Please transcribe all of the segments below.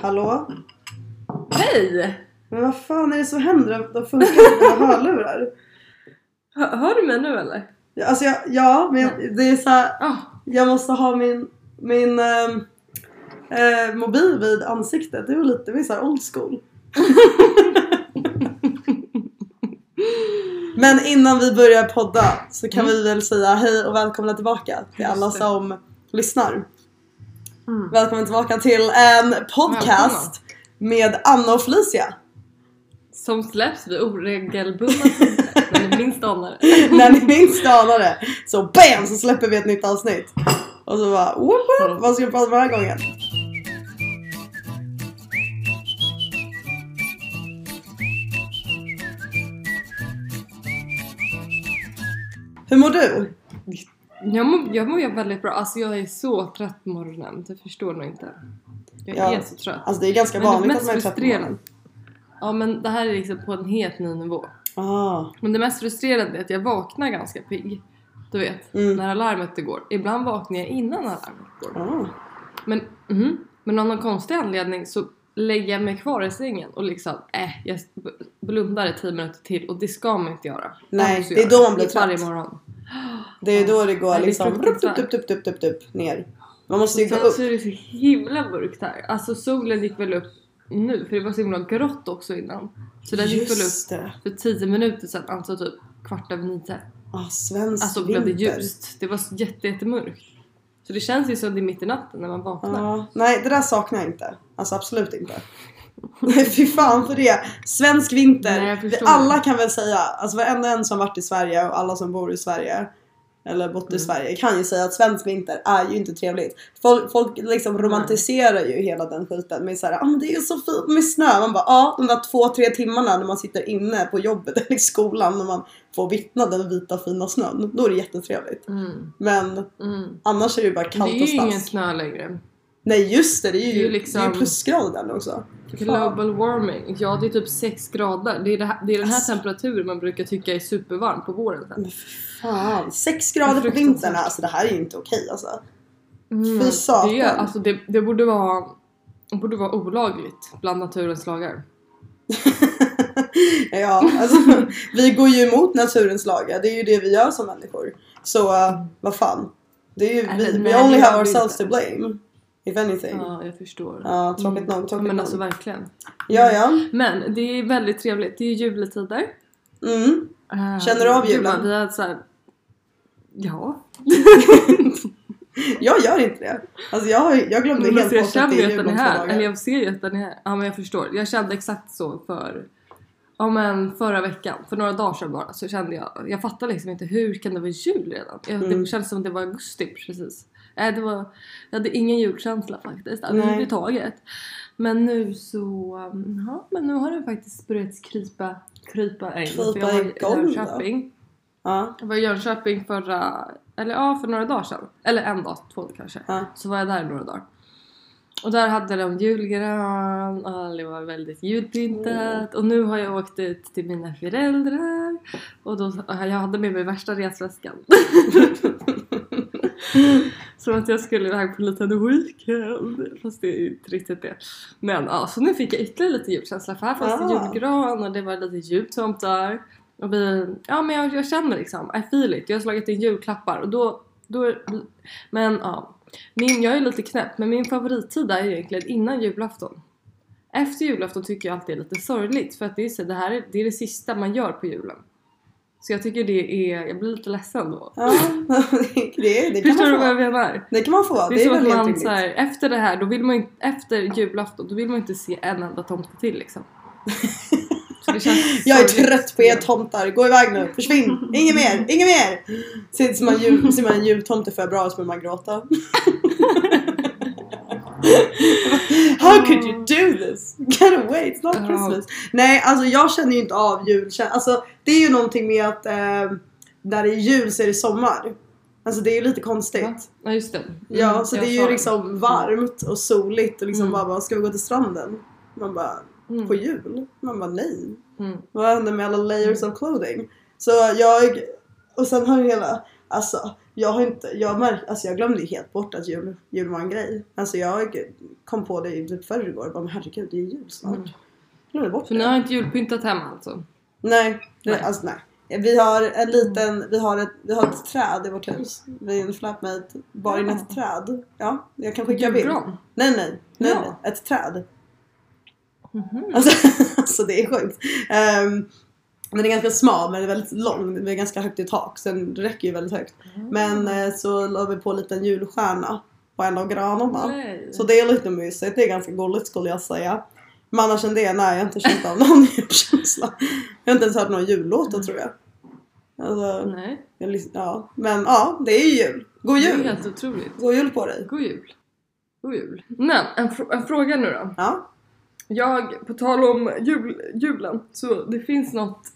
Hallå? Hej! Men vad fan är det som händer? De funkar inte med hörlurar. Hör du mig nu eller? Alltså men det är så här. Jag måste ha min mobil vid ansiktet. Det är lite så här old school. Men innan vi börjar podda så kan vi väl säga hej och välkomna tillbaka till alla som lyssnar. Välkommen tillbaka till en podcast med Anna och Felicia. Som släpps vid oregelbundna tider. När ni minst anar det. När ni minst anar det. Så bam, så släpper vi ett nytt avsnitt. Och så bara, vad ska vi prata om den här gången? Hur mår du? Jag mår väldigt bra. Alltså jag är så trött på morgonen. Du förstår nog inte. Jag är så trött. Alltså det är ganska vanligt att man är trött på morgonen. Ja, men det här är liksom på en helt ny nivå. Men det mest frustrerande är att jag vaknar ganska pigg. Du vet, när alarmet går. Ibland vaknar jag innan alarmet går. Men av någon konstig anledning så lägger jag mig kvar i sängen och liksom, jag blundar i 10 minuter till. Och det ska man inte göra. Nej, det är då man blir trött. Varje morgon. Det är då det går liksom upp ner. Man måste ju gå upp. Så är det så himla mörkt här. Alltså solen gick väl upp nu, för det var så himla grått också innan. Så den gick väl upp för 10 minuter sedan, alltså typ 8:15. Svensk alltså vinter. Blev det ljust. Det var jättemörkt. Så det känns ju som det är mitt i natten när man vaknar. Nej, det där saknar jag inte. Alltså absolut inte. Fy fan för det. Svensk vinter. Nej, alla kan väl säga, alltså varenda en som varit i Sverige och alla som bor i Sverige eller bott i Sverige kan ju säga att svensk vinter är ju inte trevligt. Folk liksom romantiserar ju hela den skiten med såhär, men det är så fint med snö. Man bara, de där 2-3 timmarna när man sitter inne på jobbet eller i skolan när man får vittna den vita fina snön, då är det jättetrevligt. Men annars är det ju bara kallt och stass. Det är ju stass. ingen snö längre. Nej just det är ju liksom, det är plusgrader där också. Global warming. Ja, det är typ 6 grader. Det är den här temperaturen man brukar tycka är supervarm på våren. Men fan, 6 grader på vintern. Alltså det här är ju inte okej alltså. Fy satan. Det borde vara olagligt bland naturens lagar. Ja, alltså vi går ju emot naturens lagar. Det är ju det vi gör som människor. Så vad fan. Det är ju we only have ourselves to blame. If anything. Ja, jag förstår. Ja, tråkigt nog. Men alltså verkligen. Ja. Men det är väldigt trevligt. Det är juletider. Känner du av julen? Vi har så här... Ja. Jag gör inte det. Alltså jag glömde helt bort att det är jul om 2 dagar. Eller jag ser ju att den är här. Ja, men jag förstår. Jag kände exakt så förra veckan. För några dagar sedan bara. Så kände jag fattade liksom inte hur kan det vara jul redan. Det kändes som att det var augusti precis. Jag hade ingen julkänsla faktiskt överhuvudtaget. Men nu så men nu har det faktiskt börjat krypa in. För jag var i Jönköping. Jag var i Jönköping för några dagar sedan. Eller en dag, 2 kanske. Så var jag där några dagar. Och där hade de julgran. Och det var väldigt julpyntat. Och nu har jag åkt ut till mina föräldrar. Och då, jag hade med mig värsta resväskan. Som att jag skulle iväg på en liten weekend. Fast det är ju inte riktigt det. Men så nu fick jag ytterligare lite julkänsla. För här fanns det julgran och det var lite jultomtar. Och men jag känner liksom, I feel it. Jag har slagit in julklappar. Och då men jag är lite knäpp. Men min favorittid är egentligen innan julafton. Efter julafton tycker jag alltid är lite sorgligt. För att det är det sista man gör på julen. Så jag tycker jag blir lite ledsen då. Ja, det kan förstår man du få. vad jag menar? Det kan man få, det är väl man så här, efter det här, då vill man efter julafton, då vill man inte se en enda tomte till liksom. Så det känns jag är trött på er tomtar, gå iväg nu, försvinn, inget mer. Ser man en jultomte för bra så börjar man gråta. How could you do this? Get away, it's not Christmas. Nej, alltså jag känner ju inte av jul. Alltså det är ju någonting med att när det är jul så är det sommar. Alltså det är ju lite konstigt. Ja, just det. Ja, så det är ju liksom varmt och soligt och liksom bara, ska vi gå till stranden? Man bara, på jul? Man bara, nej. Vad händer med alla layers of clothing? Så och sen har Alltså, jag glömde ju helt bort att jul var en grej. Alltså jag kom på det i typ förrgår. Men herregud, det är jul snart. Glömde bort Så det. ni har inte julpyntat hemma alltså? Nej. Vi har ett träd i vårt hus. Vi är en flatmate bara in ett träd. Ja, jag kan skicka bild. Nej, ett träd. Alltså det är sjukt. Den är ganska smal men det är väldigt lång. Det är ganska högt i tak så den räcker ju väldigt högt. Men så la vi på en liten julstjärna på en av granarna. Så det är lite mysigt. Det är ganska gulligt skulle jag säga. Men annars än det, nej jag har inte känt av någon julkänsla. Jag har inte ens hört någon jullåta tror jag. Alltså, nej. Ja, men ja, det är ju jul. God jul. Det är helt otroligt. God jul på dig. God jul. Men en fråga nu då. Ja. På tal om julen, så det finns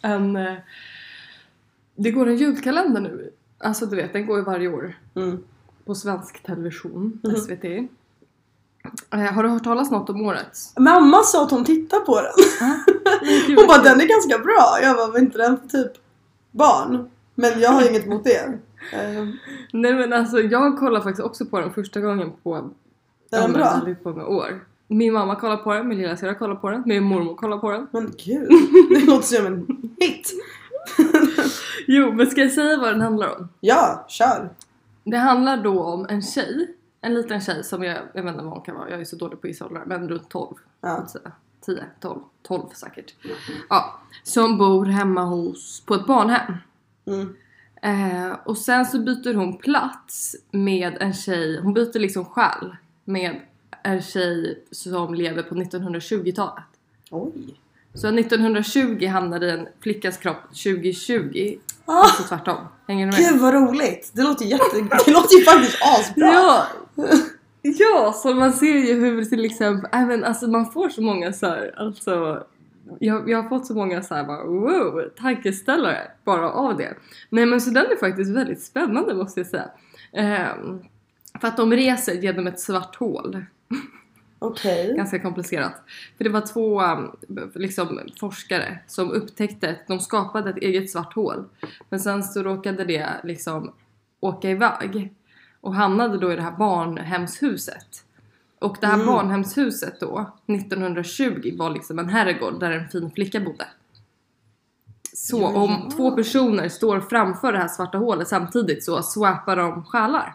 det går en julkalender nu. Alltså du vet, den går ju varje år. På svensk television, SVT. Har du hört talas något om årets? Mamma sa att hon tittar på den. Hon bara, den är ganska bra. Jag bara, var inte den för typ barn? Men jag har inget mot det. Nej men alltså, jag kollar faktiskt också på den första gången på väldigt många år. Min mamma kollar på den, min lilla syster kollar på den, min mormor kollar på den. Men gud, det låter som en hit. Jo, men ska jag säga vad den handlar om? Ja, kör. Det handlar då om en liten tjej som jag vet inte vad hon kan vara, jag är så dålig på isåldrar, men runt 12. Ja. 10, 12 säkert. Ja, som bor hemma på ett barnhem. Och sen så byter hon plats med en tjej, hon byter liksom själ med en tjej som lever på 1920-talet. Oj. Så 1920 hamnade i en flickas kropp 2020. Alltså tvärtom. Hänger du med? Gud vad roligt. Det låter ju faktiskt asbra. Ja, så man ser ju hur till exempel alltså man får så många så här, alltså jag har fått så många så här bara wow, tankeställare bara av det. Nej men så den är faktiskt väldigt spännande måste jag säga. För att de reser genom ett svart hål. Okej. Ganska komplicerat. För det var 2 liksom, forskare som upptäckte att de skapade ett eget svart hål. Men sen så råkade det liksom åka iväg. Och hamnade då i det här barnhemshuset. Och det här barnhemshuset då, 1920 var liksom en herrgård där en fin flicka bodde. Så om 2 personer står framför det här svarta hålet samtidigt så swappar de själar.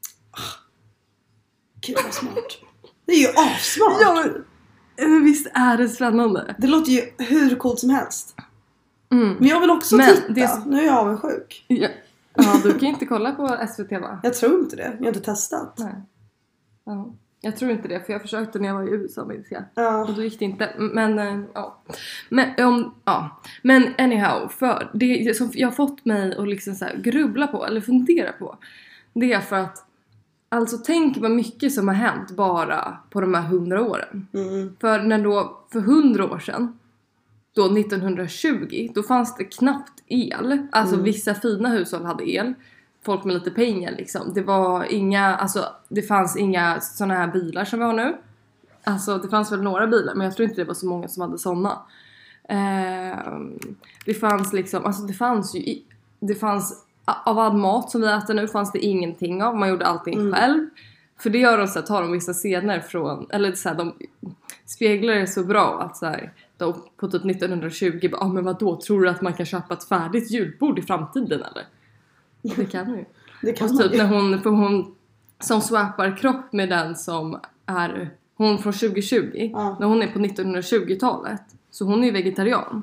Gud vad smart. Det är ju avsmart. Ja, men visst är det spännande. Det låter ju hur coolt som helst. Men jag vill också titta. Nu är jag avundsjuk. Ja, du kan inte kolla på SVT va? Jag tror inte det. Jag har inte testat. Nej. Ja. Jag tror inte det, för jag försökte när jag var i USA minns jag. Ja. Och då gick det inte. Men ja. Men anyhow, för det som jag har fått mig att liksom så här grubbla på eller fundera på, det är för att alltså tänk vad mycket som har hänt bara på de här 100 åren. För 100 år sedan, då 1920, då fanns det knappt el. Alltså vissa fina hushåll hade el. Folk med lite pengar liksom. Det fanns inga såna här bilar som vi har nu. Alltså det fanns väl några bilar, men jag tror inte det var så många som hade såna. Det fanns liksom, alltså det fanns av all mat som vi äter nu fanns det ingenting av. Man gjorde allting själv. För det gör de så här, tar de vissa scener från, eller så här, de speglar det så bra att så här, då på typ 1920 men vadå, tror du att man kan köpa ett färdigt julbord i framtiden eller? Det kan ju. Det kan och typ när hon som swappar kropp med den som är hon från 2020, när hon är på 1920-talet, så hon är ju vegetarian.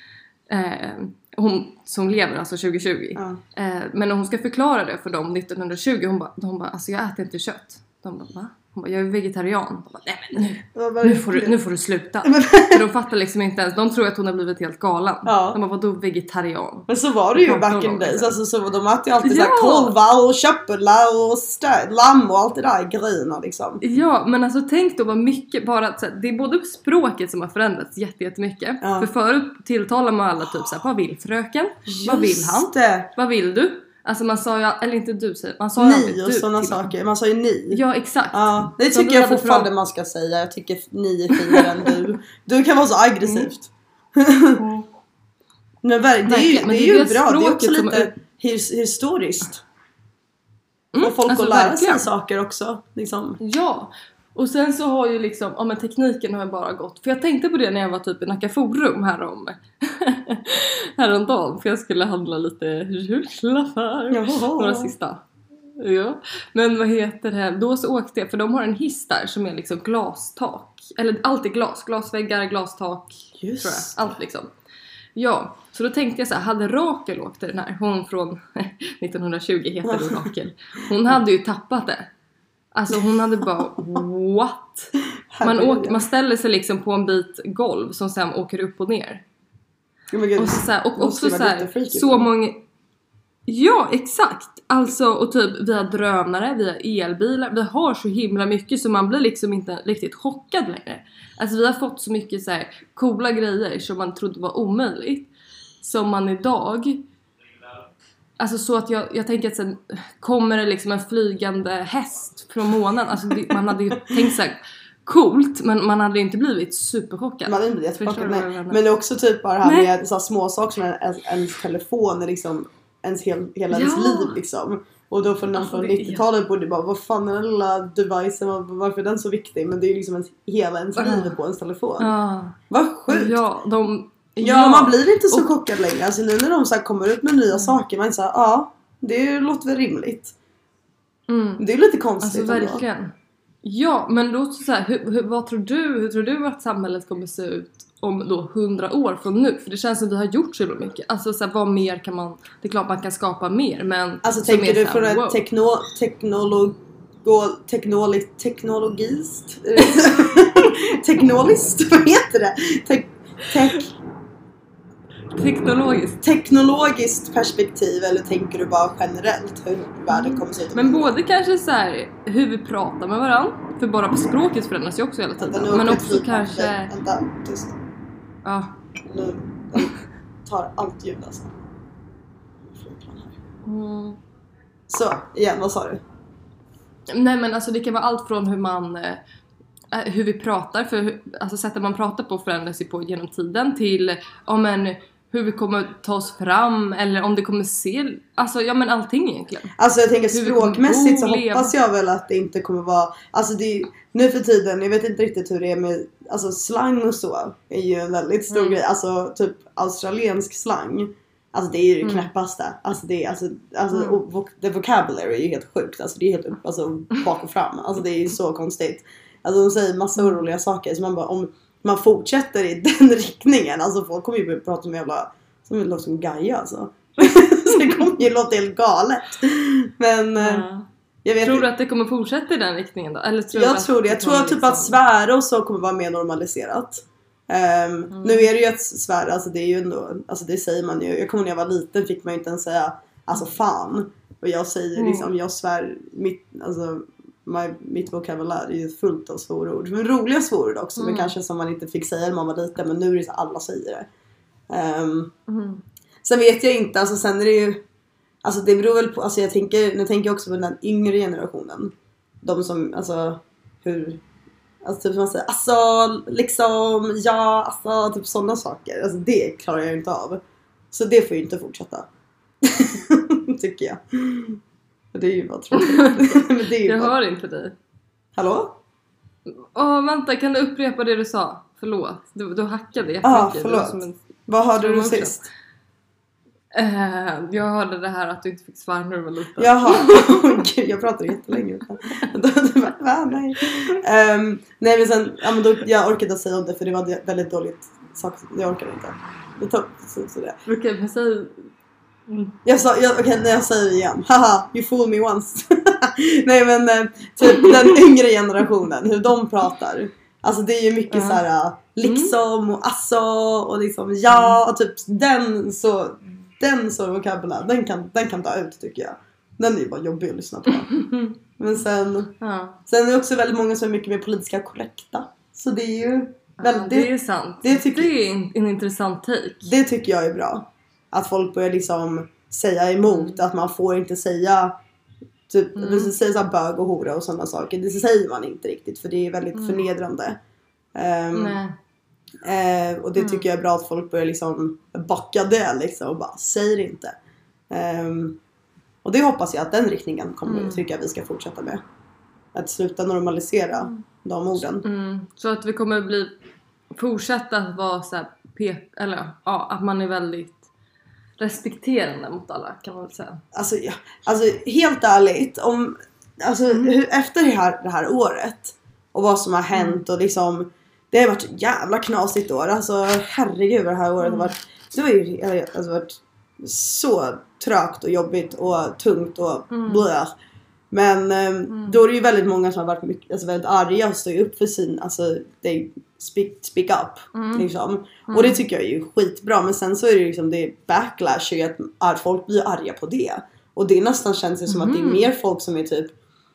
Hon som lever alltså 2020. Men när hon ska förklara det för dem 1920, hon bara alltså jag äter inte kött. De bara va? Hon bara jag är vegetarian. De bara, nej men nu får du sluta. För de fattar liksom inte ens. De tror att hon har blivit helt galen. De bara vadå vegetarian? Men så var det ju back in days. Alltså så de äter ju alltid så här kolvar och köttbullar och lamm och allt det där grejerna liksom. Ja men alltså tänk då vad mycket bara så här, det är både språket som har förändrats jättemycket. För förut tilltalar man alla typ så här, vad vill fröken? Vad vill han? Vad vill du? Alltså man sa ju, eller inte du säger, man sa ju ni och sådana saker, man sa ju ni. Ja exakt. Ja, det tycker jag fortfarande man ska säga. Jag tycker ni är finare än du. Du kan vara så aggressivt. Men det är ju bra, det är också lite historiskt. Och folk alltså att lära verkligen. sig saker också. Liksom. Ja, och sen så har ju liksom, ja men tekniken har ju bara gått. För jag tänkte på det när jag var typ i Nacka Forum häromdagen. För jag skulle handla lite julklappar. Några sista. Ja, men vad heter det? Då så åkte jag, för de har en hiss där som är liksom glastak. Eller allt är glas, glasväggar, glastak. Just. Tror jag, allt liksom. Ja, så då tänkte jag så här, hade Rakel åkt den här, hon från 1920 heter det Rakel. Hon hade ju tappat det. Alltså hon hade bara, what? Man ställer sig liksom på en bit golv som sen åker upp och ner. Och, så här, och också så här, så många... Ja, exakt. Alltså, och typ vi har drönare, vi har elbilar, vi har så himla mycket så man blir liksom inte riktigt chockad längre. Alltså vi har fått så mycket så här coola grejer som man trodde var omöjligt. Som man idag... Alltså så att jag tänker att sen kommer det liksom en flygande häst från månen. Alltså man hade ju tänkt så här coolt, men man hade inte blivit superchockad. Man hade inte blivit jättechockad, nej. Men det är också typ bara det här med så här små saker som ens telefon är liksom hela ens liv liksom. Och då för någon från 90-talet borde bara, vad fan är den lilla devicen, varför är den så viktig? Men det är ju liksom hela ens liv på ens telefon. Vad sjukt! Ja, man blir inte så chockad längre. Alltså nu när de så här kommer ut med nya saker, man säger ja, det låter väl rimligt. Det är lite konstigt. Alltså verkligen. Ändå. Ja, men då så här, hur tror du att samhället kommer se ut om då 100 år från nu? För det känns som att vi har gjort så mycket. Alltså så här, vad mer kan man... Det är klart man kan skapa mer, men... Alltså tänker du från ett teknologiskt? Teknologiskt? Vad heter det? Teknologiskt perspektiv, eller tänker du bara generellt hur världen kommer se ut? Men både kanske så här, hur vi pratar med varandra, för bara språket förändras ju också hela tiden. Men också kanske... Vänta, tyst. Ja. Nu tar allt ljud alltså. Så, igen, vad sa du? Nej men alltså det kan vara allt från hur vi pratar, för alltså sättet man pratar på förändras ju på genom tiden, till hur vi kommer ta oss fram, eller om det kommer se, alltså ja men allting egentligen. Alltså jag tänker språkmässigt så hoppas jag väl att det inte kommer vara, alltså det är, nu för tiden, jag vet inte riktigt hur det är med, alltså slang och så är ju en väldigt stor grej, alltså typ australiensk slang. Alltså det är ju det knäppaste. Alltså det är the vocabulary är ju helt sjukt. Alltså det är helt bak och fram. Alltså det är ju så konstigt. Alltså de säger massa oroliga saker, så man bara, om man fortsätter i den riktningen, alltså folk kommer ju börja prata med jävla som låter som Gaia alltså. Så det kommer ju låta helt galet. Men jag vet. Tror du att det kommer fortsätta i den riktningen då? Eller jag tror det. Jag tror typ att svära och så kommer vara mer normaliserat. Nu är det ju att svära, alltså det är ju ändå, alltså det säger man ju. Jag kommer när jag var liten fick man ju inte ens säga alltså fan. Och jag säger liksom, jag svär mitt vokabulär är ju fullt av svårord. Men roliga svårord också, men kanske som man inte fick säga när man var liten, men nu är det så alla säger det. Sen vet jag inte, alltså sen är det ju, alltså det beror väl på, alltså nu tänker jag också på den yngre generationen. De som, alltså hur, alltså typ som man säger, alltså liksom, ja, alltså typ sådana saker. Alltså det klarar jag inte av. Så det får ju inte fortsätta. Tycker jag. Det är ju bara tråkigt. Jag hör inte dig. Hallå? Vänta, kan du upprepa det du sa? Förlåt, du hackade jättemycket. Förlåt. Vad hörde du sist? Jag hörde det här att du inte fick svära när du var liten. Jaha, gud, jag pratade jättelänge. Nej. Nej men sen, jag orkade inte säga om det, för det var väldigt dåligt sagt. Jag orkade inte. Det tar så det. Okej, men säg... Jag säger det igen. Haha, you fooled me once. Nej men typ den yngre generationen, hur de pratar. Alltså det är ju mycket så här liksom och alltså och liksom ja och typ den så vokabulär, den kan ta ut tycker jag. Den är ju bara jobbig att lyssna på. Men sen är det också väldigt många som är mycket mer politiska korrekta. Så det är ju väldigt... det är sant. Det är en intressant take. Det tycker jag är bra. Att folk börjar liksom säga emot. Att man får inte säga typ, säga så här bög och hora och sådana saker. Det säger man inte riktigt, för det är väldigt förnedrande. Och det tycker jag är bra, att folk börjar liksom backa det liksom, och bara säger inte. Och det hoppas jag att den riktningen kommer tycka vi ska fortsätta med. Att sluta normalisera de orden. Så att vi kommer fortsätta att vara så här eller att man är väldigt respekterande mot alla, kan man väl säga. Alltså helt ärligt, efter det här året och vad som har hänt och liksom, det har varit ett jävla knasigt år. Alltså herregud, det här året har varit, varit så trögt och jobbigt och tungt och blöd. Men då är det ju väldigt många som har varit mycket, väldigt arga och står upp för sin, they speak up liksom. Och det tycker jag är ju skitbra. Men sen så är det liksom, det är backlash i att folk blir arga på det. Och det nästan känns det som att det är mer folk som är typ,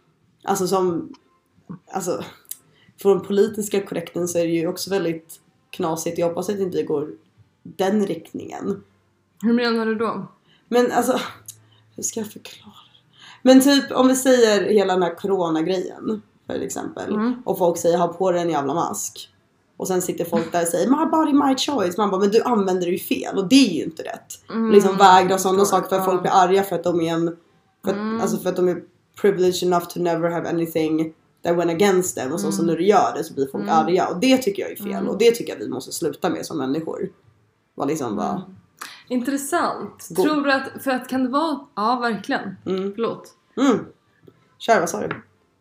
för den politiska korrekten så är det ju också väldigt knasigt. Jag hoppas att inte vi går den riktningen. Hur menar du då? Men hur ska jag förklara? Men typ om vi säger hela den här coronagrejen för exempel. Och folk säger ha på dig en jävla mask. Och sen sitter folk där och säger my body my choice. Man bara, men du använder det ju fel. Och det är ju inte rätt. Liksom vägra sådana saker för att folk blir arga för att de är för att de är privileged enough to never have anything that went against them. Och så när du gör det så blir folk arga. Och det tycker jag är fel. Och det tycker jag vi måste sluta med som människor. Var liksom bara... Intressant. Tror du att, för att kan det vara, ja verkligen, förlåt. Kör, vad sa du?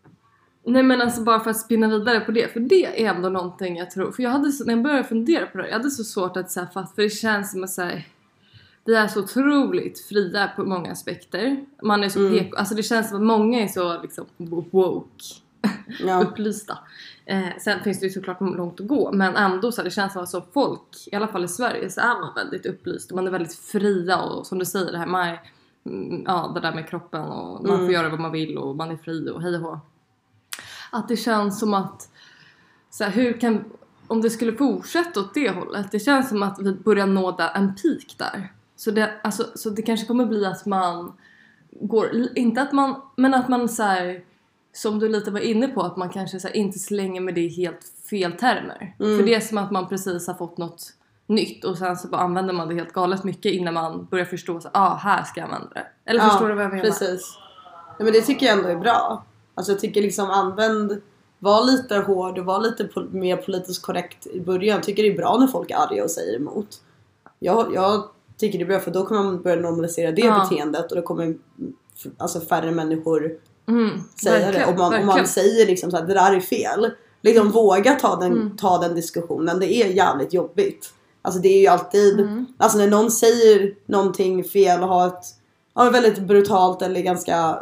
Nej men bara för att spinna vidare på det, för det är ändå någonting jag tror, för jag hade när jag började fundera på det, jag hade så svårt att säga fast, för det känns som att säga, vi är så otroligt fria på många aspekter, man är så det känns som att många är så liksom woke. Upplysta. Sen finns det ju såklart långt att gå, men ändå så det känns som att folk, i alla fall i Sverige, så är man väldigt upplyst och man är väldigt fria och som du säger det här det där med kroppen och man får göra vad man vill och man är fri och hej och hå. Att det känns som att så här, om det skulle fortsätta åt det hållet, det känns som att vi börjar nå en peak där. Så det kanske kommer bli att man går, inte att man, men att man så här, som du lite var inne på, att man kanske så här, inte slänger med det i helt fel termer. För det är som att man precis har fått något nytt och sen så bara använder man det helt galet mycket innan man börjar förstå så här ska jag använda det. Eller förstår du vad jag menar? Precis. Ja, men det tycker jag ändå är bra. Alltså jag tycker liksom var lite hård och var lite mer politiskt korrekt i början. Jag tycker det är bra när folk är arga och säger emot. Jag tycker det är bra för då kommer man börja normalisera det beteendet och då kommer färre människor säga det. Om man säger liksom så här, det där är fel. Liksom våga ta den diskussionen. Det är jävligt jobbigt. Alltså det är ju alltid alltså när någon säger någonting fel och har ett väldigt brutalt eller ganska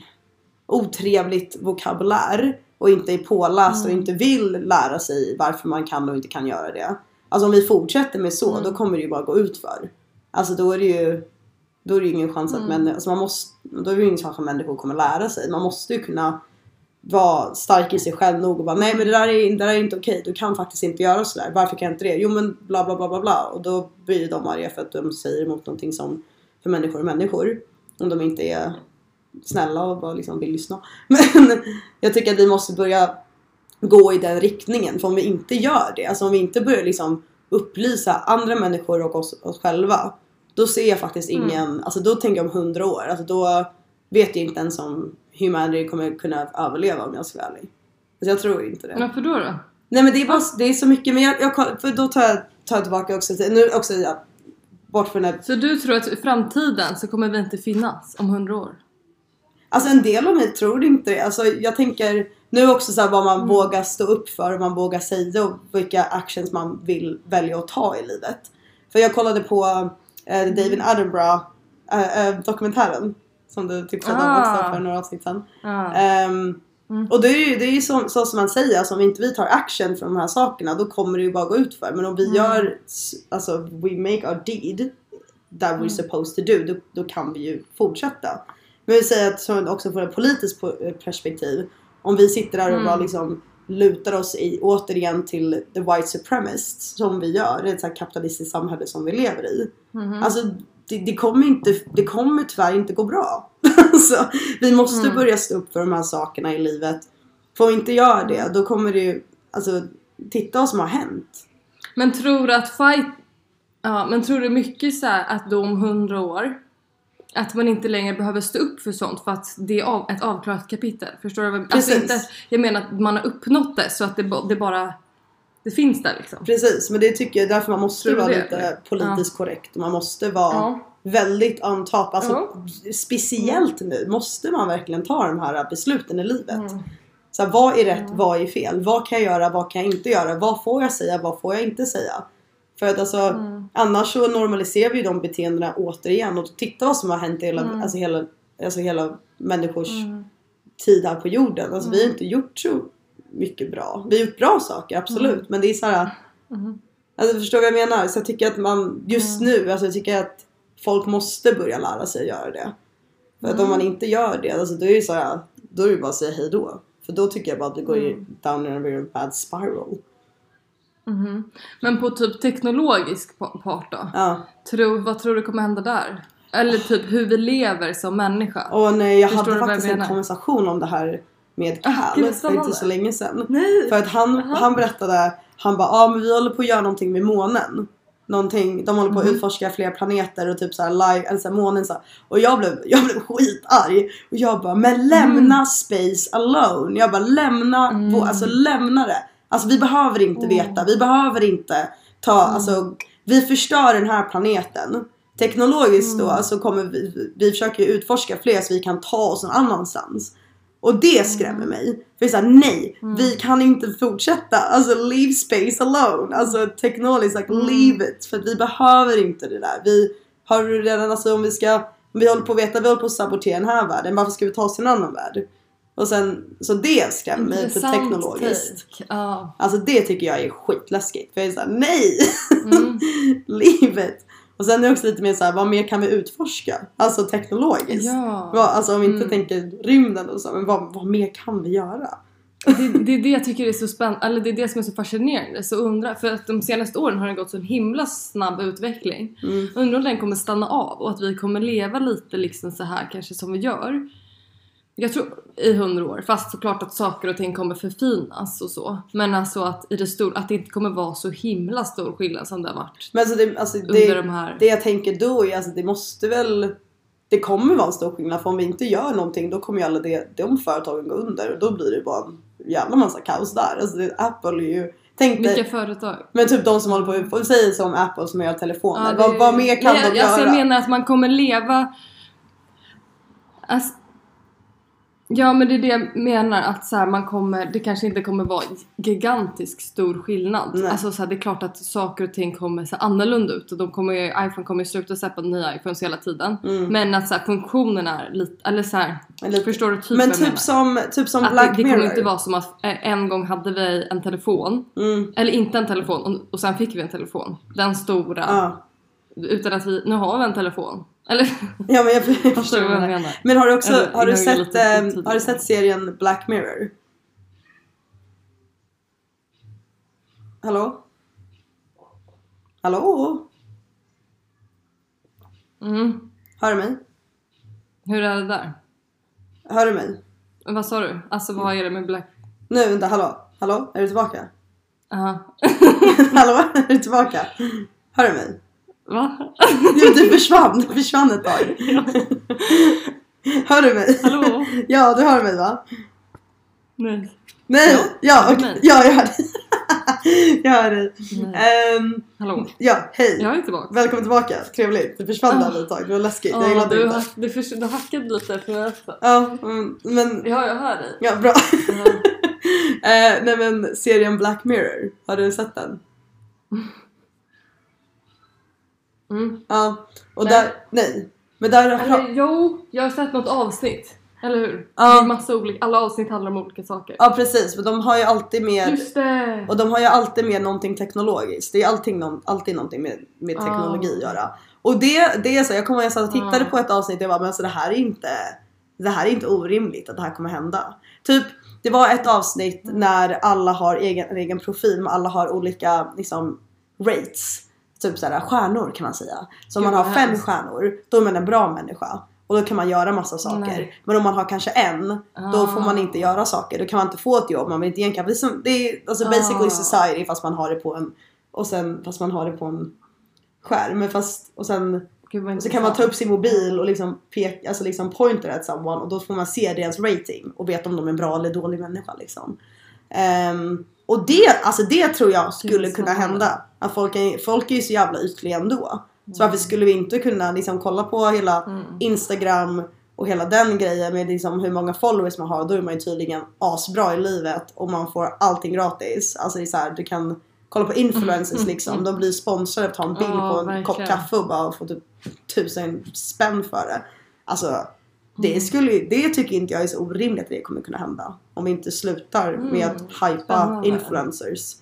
otrevligt vokabulär och inte är påläst och inte vill lära sig varför man kan och inte kan göra det. Alltså om vi fortsätter med så, då kommer det ju bara gå ut för. Alltså då är det ju ingen chans att då är det ju ingen chans att människor kommer lära sig. Man måste ju kunna vara stark i sig själv nog och bara, nej men det där är inte okej. Du kan faktiskt inte göra sådär. Varför kan jag inte det? Jo men bla bla bla bla bla. Och då blir de arga för att de säger emot någonting som för människor är människor. Om de inte är snälla och bara liksom vill lyssna. Men jag tycker att vi måste börja gå i den riktningen. För om vi inte gör det, alltså om vi inte börjar liksom upplysa andra människor och oss själva, då ser jag faktiskt ingen, alltså då tänker jag om 100 år, alltså då vet jag inte ens om humanity kommer kunna överleva om jag ska vara ärlig. Alltså jag tror inte det. Varför då? Nej men det är så mycket, men för då tar jag tillbaka också till, nu också bort från det. Så du tror att i framtiden så kommer vi inte finnas om 100 år? Alltså en del av mig tror inte det. Alltså jag tänker nu också så här, vad man vågar stå upp för och man vågar säga och vilka actions man vill välja att ta i livet. För jag kollade på David Attenborough dokumentären som du tipsade om också för några avsnitt sedan. Och det är ju så som man säger, alltså om inte vi tar action för de här sakerna, då kommer det ju bara gå ut för. Men om vi gör, alltså we make our deed that we're supposed to do, då kan vi ju fortsätta. Men vi säger att också från ett politiskt perspektiv, om vi sitter där och bara liksom lutar oss återigen till the white supremacists som vi gör, det är ett så här kapitalistiskt samhälle som vi lever i. Alltså det kommer tyvärr inte gå bra. Alltså, vi måste börja stå upp för de här sakerna i livet. Får vi inte göra det, då kommer det ju, alltså titta vad som har hänt. Men tror du att men tror du mycket så här att då om 100 år att man inte längre behöver stå upp för sånt för att det är ett avklarat kapitel. Förstår du? Precis. Alltså inte, jag menar att man har uppnått det så att det bara det finns där liksom. Precis, men det tycker jag därför man måste vara det? lite politiskt korrekt. Man måste vara väldigt on top. Alltså, speciellt nu måste man verkligen ta de här besluten i livet. Så här, vad är rätt, vad är fel? Vad kan jag göra, vad kan jag inte göra? Vad får jag säga, vad får jag inte säga? För att alltså, annars så normaliserar vi de beteendena återigen. Och titta vad som har hänt i hela människors tid här på jorden. Alltså vi har inte gjort så mycket bra. Vi har gjort bra saker, absolut. Men det är så här... Alltså förstår vad jag menar? Så jag tycker att man just nu, alltså jag tycker att folk måste börja lära sig att göra det. För att om man inte gör det, alltså då är det så här, då är det bara att säga hej då. För då tycker jag bara att det går down in a very bad spiral. Men på typ teknologisk part då? Ja. Vad tror du kommer hända där? Eller typ hur vi lever som människa? Nej, jag Förstår hade du faktiskt en konversation om det här med Cal för inte så länge sedan. Nej. För att han berättade, han bara, men vi håller på att göra någonting med månen. De håller på att utforska fler planeter och typ så här live, eller så här månen så här. Och jag blev skitarg. Och jag bara, men lämna space alone. Jag bara, lämna det. Alltså vi behöver inte veta. Vi behöver inte alltså vi förstör den här planeten. Teknologiskt då, alltså kommer vi försöker utforska fler så vi kan ta oss någon annanstans. Och det skrämmer mig. För det är såhär, nej, vi kan inte fortsätta. Alltså leave space alone. Alltså teknologiskt, like, leave it. För vi behöver inte det där. Vi har redan, alltså om vi håller på att veta, vi håller på att sabotera den här världen. Varför ska vi ta oss till en annan värld? Och sen, så det skrämmer mig för teknologiskt. Alltså det tycker jag är skitläskigt. För jag är såhär, nej! Leave it! Och sen är det också lite mer så här, vad mer kan vi utforska? Alltså teknologiskt. Alltså om vi inte tänker rymden och så, men vad mer kan vi göra? Det är det jag tycker är så spännande, eller det är det som är så fascinerande. Så undrar, för att de senaste åren har det gått så en himla snabb utveckling. Undrar om den kommer stanna av och att vi kommer leva lite liksom så här kanske som vi gör. Jag tror i 100 år, fast såklart att saker och ting kommer förfinas och så. Men alltså att att det inte kommer vara så himla stor skillnad som det har varit. Men under de här... det jag tänker då är, alltså det måste väl, det kommer vara en stor skillnad. För om vi inte gör någonting, då kommer ju alla de företagen gå under. Och då blir det bara en jävla massa kaos där. Alltså Apple är ju... Vilka företag? Men typ de som håller på, säger som Apple som gör telefoner. Vad mer kan de göra? Alltså jag menar att man kommer leva... Alltså, ja, men det är det jag menar, att så här, det kanske inte kommer vara gigantisk stor skillnad. Nej. Alltså så här, det är klart att saker och ting kommer se annorlunda ut. Och iPhone kommer ju sluta släppa nya iPhones hela tiden. Men att så här, funktionen är lite, eller så här, förstår du typ men vad jag menar? typ som att Black det Mirror. kommer inte vara som att en gång hade vi en telefon. Eller inte en telefon, och sen fick vi en telefon. Den stora. Utan att nu har vi en telefon. Eller? Ja, men jag förstår vad jag menar. Men har du sett serien Black Mirror? Hallå? Hör du mig? Hur är det där? Hör du mig? Vad sa du? Alltså vad är det med Black? Nu, vänta, hallå? Är du tillbaka? Hallå, är du tillbaka? Hör du mig? Va? Du försvann ett tag. Hör du mig? Hallå? Ja, du hör mig, va? Nej, ja, okay. Ja, jag hör dig. Jag hör dig. Hallå? Ja, hej. Jag är tillbaka. Välkommen tillbaka, trevligt. Du försvann där ett tag, det var läskigt. Jag gillade det inte. Du hackade lite för mig också. Ja, men... Ja, jag hör dig. Ja, bra. Nej, men serien Black Mirror, har du sett den? Ja, och nej. Men där jo, jag har sett något avsnitt. Eller hur? Det är massa olika, alla avsnitt handlar om olika saker. Ja, precis, men de har ju alltid med... Just det. Och de har ju alltid med någonting teknologiskt. Det är alltid någonting med teknologi att göra. Och det är så, jag kommer ihåg att jag tittade på ett avsnitt och jag bara, men så det här är inte orimligt att det här kommer hända. Typ, det var ett avsnitt när alla har egen profil, men alla har olika liksom rates. Typ såhär stjärnor kan man säga. Så om man har 5 stjärnor, då är man en bra människa. Och då kan man göra massa saker. Nej. Men om man har kanske 1, då får man inte göra saker. Då kan man inte få ett jobb. Man vill inte egentligen. Det är alltså basically society fast man har det på en. Och sen fast man har det på en skärm. Men och sen Gud, vad och så kan man ta upp sin mobil och liksom alltså liksom pointer at someone, och då får man se deras rating och veta om de är en bra eller dålig människa liksom. Och det tror jag skulle kunna hända. Att folk är ju så jävla ytliga ändå. Så varför skulle vi inte kunna liksom kolla på hela Instagram och hela den grejen med liksom hur många followers man har. Då är man ju tydligen asbra i livet och man får allting gratis. Alltså det är så här, du kan kolla på influencers liksom. De blir sponsrade att ta en bild på en kopp kaffe och bara få typ 1000 spänn för det. Alltså det tycker inte jag är så orimligt att det kommer kunna hända. Om vi inte slutar med att hypa influencers.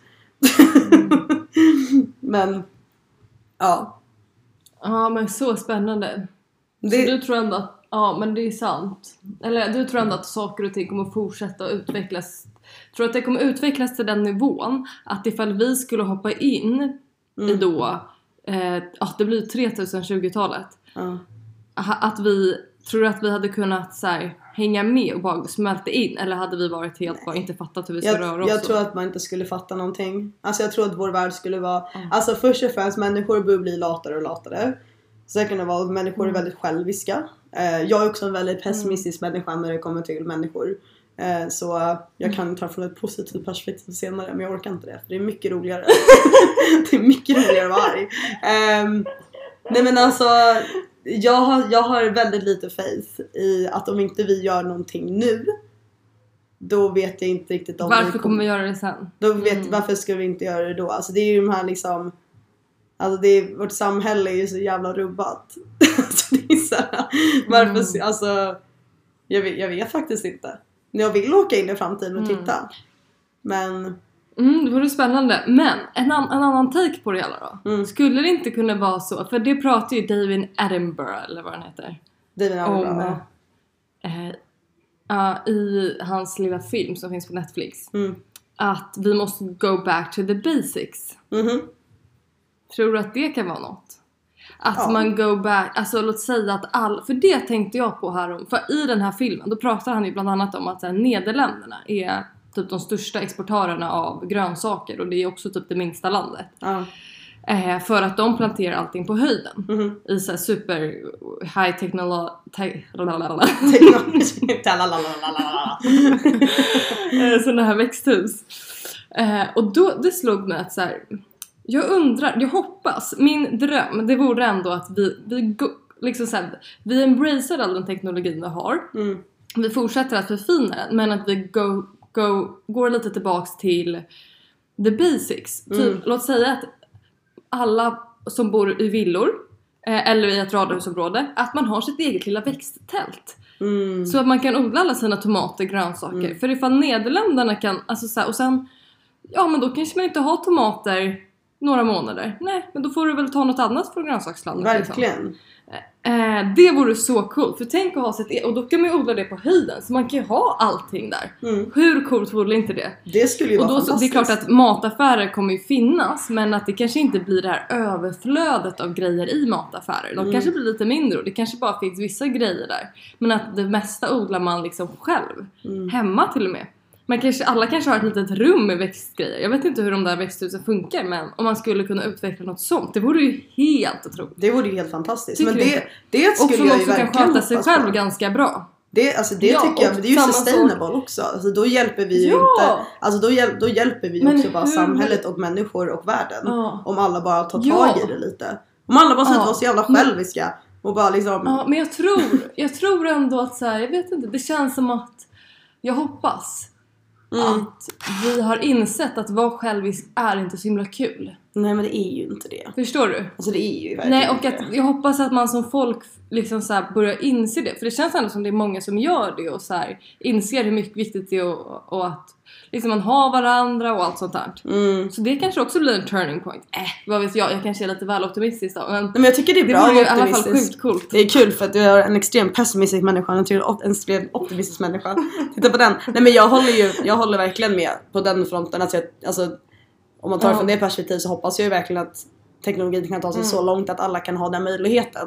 Men ja. Ja, men så spännande. Så du tror ändå att, ja men det är sant. Eller du tror ändå att saker och ting kommer fortsätta att utvecklas. Tror att det kommer utvecklas till den nivån att ifall vi skulle hoppa in i då att det blir 3020-talet. Att vi tror att vi hade kunnat så här, hänga med och bara smälta in, eller hade vi varit helt bara inte fattat hur vi ska röra oss? Jag tror att man inte skulle fatta någonting. Alltså jag tror att vår värld skulle vara alltså först och främst människor börjar bli latare och latare. Sen kan det vara att människor är väldigt själviska. Jag är också en väldigt pessimistisk människa när det kommer till människor. Så jag kan ta från ett positivt perspektiv senare, men jag orkar inte det. För det är mycket roligare. Det är mycket roligare att vara arg. Nej men alltså jag har väldigt lite faith i att om inte vi gör någonting nu, då vet jag inte riktigt om varför kommer vi göra det sen. Då varför ska vi inte göra det då? Alltså det är ju de här liksom, alltså vårt samhälle är ju så jävla rubbat. Så det är så här, varför alltså jag vet faktiskt inte. Jag vill åka in i framtiden och titta. Men det vore spännande. Men en annan take på det hela då. Skulle det inte kunna vara så, för det pratar ju David Attenborough, eller vad han heter, David Attenborough i hans lilla film som finns på Netflix, att vi måste go back to the basics. Tror du att det kan vara något? Att man go back, alltså låt säga att för det tänkte jag på här, för i den här filmen då pratar han ju bland annat om att Nederländerna är typ de största exportörerna av grönsaker, och det är också typ det minsta landet. För att de planterar allting på höjden i så här super high sådana här växthus. Och då det slog mig att så här, jag hoppas, min dröm det vore ändå att vi liksom så här, vi embracear all den teknologin vi har. Vi fortsätter att förfina den, men att vi går lite tillbaks till the basics. Typ, låt säga att alla som bor i villor eller i ett radhusområde, att man har sitt eget lilla växttält. Så att man kan odla alla sina tomater, grönsaker. För ifall Nederländerna kan, alltså så här, och sen ja men då kanske man inte har tomater några månader. Nej, men då får du väl ta något annat från grönsakslandet. Verkligen. Liksom. Det vore så coolt. För tänk att ha sitt och då kan man ju odla det på höjden. Så man kan ju ha allting där. Hur coolt vore inte det? Det skulle ju vara fantastiskt. Det är klart att mataffärer kommer ju finnas, men att det kanske inte blir det här överflödet av grejer i mataffärer. De kanske blir lite mindre, och det kanske bara finns vissa grejer där. Men att det mesta odlar man liksom själv. Hemma till och med. Alla kanske har ett litet rum med växtgrejer. Jag vet inte hur de där växthusen funkar, men om man skulle kunna utveckla något sånt, det vore ju helt otroligt. Det vore ju helt fantastiskt. Tycker men det skulle jag ju verkligen kan sköta sig själv på. Ganska bra. Det tycker jag, men det är ju sustainable också. Alltså då hjälper vi ju inte. Alltså då hjälper vi ju också bara samhället och människor och världen. Om alla bara tar tag i det lite. Om alla bara slutar vara så jävla själviska och bara liksom. Ja, men jag tror ändå att så här, jag vet inte, det känns som att jag hoppas att vi har insett att vara självisk är inte så himla kul. Nej, men det är ju inte det. Förstår du? Alltså det är ju verkligen. Nej, och att jag hoppas att man som folk liksom så här börjar inse det. För det känns ändå som det är många som gör det och så här inser hur mycket viktigt det är och att liksom man har varandra och allt sånt där. Så det kanske också blir en turning point. Vad vet jag kanske är lite väl optimistisk då. Men jag tycker det är bra att vara optimistisk. I alla fall sjukt coolt. Det är kul för att du är en extremt pessimistisk människa, en extremt optimistisk människa. Titta på den. Nej, men jag håller verkligen med på den fronten. Alltså om man tar det från det perspektivet så hoppas jag ju verkligen att teknologin kan ta sig så långt att alla kan ha den möjligheten.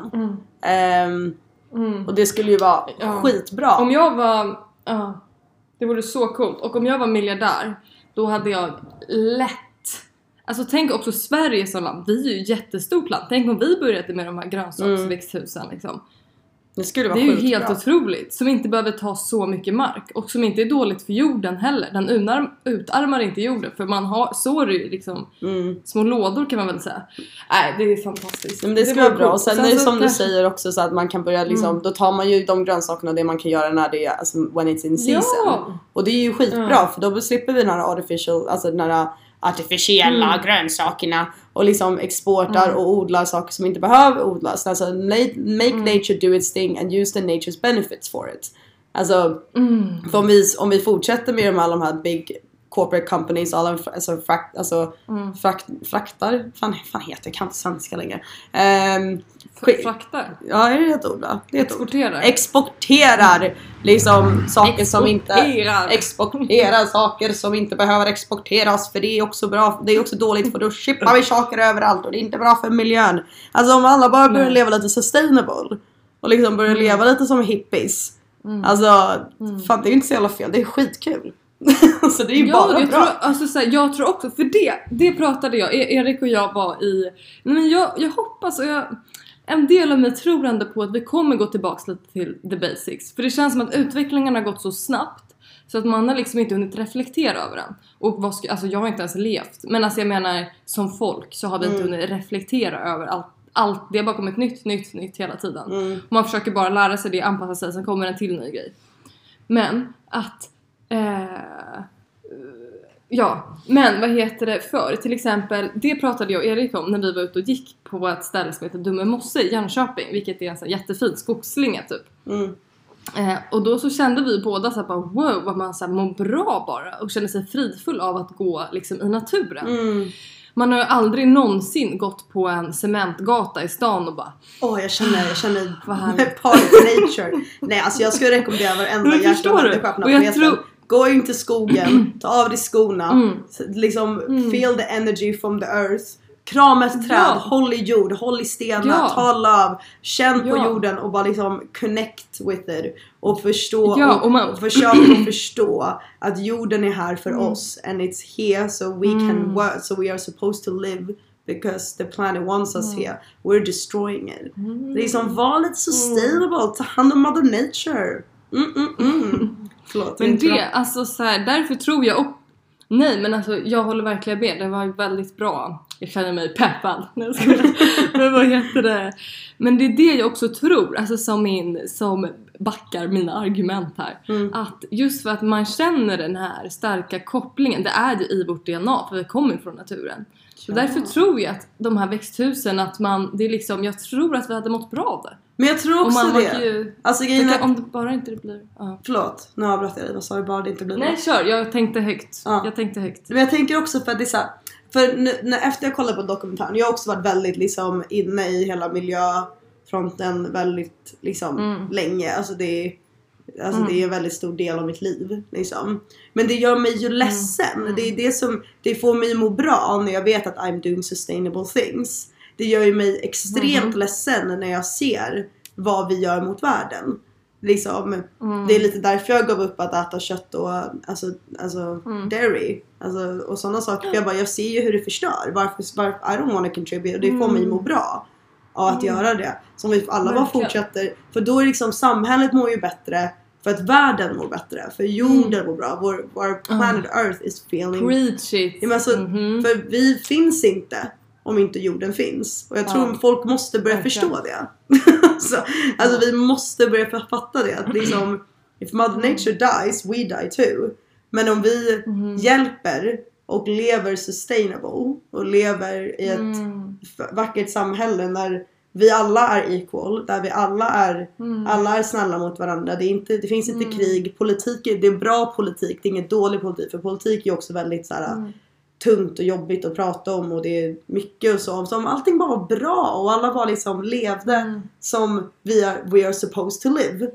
Och det skulle ju vara skitbra. Om jag var det vore så coolt. Och om jag var miljardär, då hade jag lätt Alltså tänk också Sverige som land. Vi är ju ett jättestort land. Tänk om vi började med de här grönsaksväxthusen liksom. Det skulle vara Det är ju sjukt helt bra. otroligt. Som inte behöver ta så mycket mark. Och som inte är dåligt för jorden heller. Den utarmar inte jorden. För man sår ju liksom små lådor kan man väl säga. Nej, det är fantastiskt. Men det ska vara bra. Och sen är det som du säger också så att man kan börja liksom, då tar man ju de grönsakerna det man kan göra när det är, alltså when it's in season. Ja. Och det är ju skitbra för då slipper vi den här artificiella grönsakerna och liksom exportar och odlar saker som inte behöver odlas. Alltså make nature do its thing and use the nature's benefits for it. Alltså för om vi fortsätter med alla de här big corporate companies, alla fraktar, fan heter det, kan inte svenska längre. Fraktar? Ja, är det ett ord då? Det är Exporterar. Exporterar liksom saker som inte exporterar saker som inte behöver exporteras, för det är också bra, det är också dåligt för då shippar vi saker överallt och det är inte bra för miljön. Alltså om alla bara börjar leva lite sustainable och liksom börjar leva lite som hippies. Alltså fan, det är ju inte så jävla fel, det är skitkul. Så det är ju bara bra. Jag tror också, för det pratade Erik och jag var i. Men jag hoppas och en del av mig tror ändå på att vi kommer gå tillbaka lite till the basics. För det känns som att utvecklingen har gått så snabbt så att man har liksom inte hunnit reflektera över den. Och alltså jag har inte ens levt. Men alltså jag menar som folk så har vi inte hunnit reflektera över allt. Det har bara kommit nytt hela tiden. Och man försöker bara lära sig det, anpassa sig, sen kommer en till ny grej. Men att men vad heter det för? Till exempel, det pratade jag och Erik om när vi var ute och gick på ett ställe som heter Dumme Mosse i Jönköping, vilket är en sån jättefin skogsslinga typ. Och då så kände vi båda så här bara, wow, vad man så här mår bra bara och kände sig fridfull av att gå liksom i naturen. Man har ju aldrig någonsin gått på en cementgata i stan och bara jag känner part of nature. Nej, alltså jag skulle rekommendera varenda hjärta människa på planeten. Gå in till skogen, ta av dig skorna, liksom feel the energy from the earth. Krama ett träd, håll i jord, håll i stenar, ta löv, känn på jorden och bara liksom connect with it. Och förstå och försök förstå att jorden är här för oss. And it's here so we can work, so we are supposed to live. Because the planet wants us here. We're destroying it. Liksom var lite sustainable, ta hand om mother nature. Förlåt, men det, alltså så här, därför tror jag nej, men alltså jag håller verkligen med. Det var väldigt bra. Jag känner mig peppad. Men vad heter det? Men det är det jag också tror, alltså som backar mina argument här. Att just för att man känner den här starka kopplingen, det är ju i vårt DNA, för vi kommer från naturen. Och därför tror jag att de här växthusen, att det är liksom, jag tror att vi hade mått bra av det. Men jag tror också det. Alltså om det bara inte det blir. Förlåt, nu avbröt jag dig. Vad sa du, bara det inte blir? Nej, kör. Jag tänkte högt. Men jag tänker också för att det är så här, för efter jag kollade på dokumentären, jag har också varit väldigt liksom inne i hela miljöfronten väldigt liksom länge. Alltså det är en väldigt stor del av mitt liv liksom. Men det gör mig ju ledsen. Det är det som det får mig må bra när jag vet att I'm doing sustainable things. Det gör ju mig extremt ledsen när jag ser vad vi gör mot världen. Liksom, det är lite därför jag gav upp att äta kött och alltså dairy och sådana saker. För jag ser ju hur det förstör. Varför I don't want to contribute. Och det får mig må bra av att göra det. Som vi alla bara fortsätter. För då är liksom samhället mår ju bättre. För att världen mår bättre. För jorden mår bra. Vår planet Earth is feeling. Preach it. Ja, men alltså, för vi finns inte om inte jorden finns. Och jag tror folk måste börja förstå det. Alltså vi måste börja fatta det. Att liksom, if Mother Nature dies, we die too. Men om vi hjälper och lever sustainable och lever i ett vackert samhälle där vi alla är equal, där vi alla är snälla mot varandra. Det finns inte krig. Politik, det är bra politik, det är ingen dålig politik. För politik är också väldigt så här tungt och jobbigt att prata om, och det är mycket och så. Som allting bara var bra och alla var liksom levde som we are supposed to live.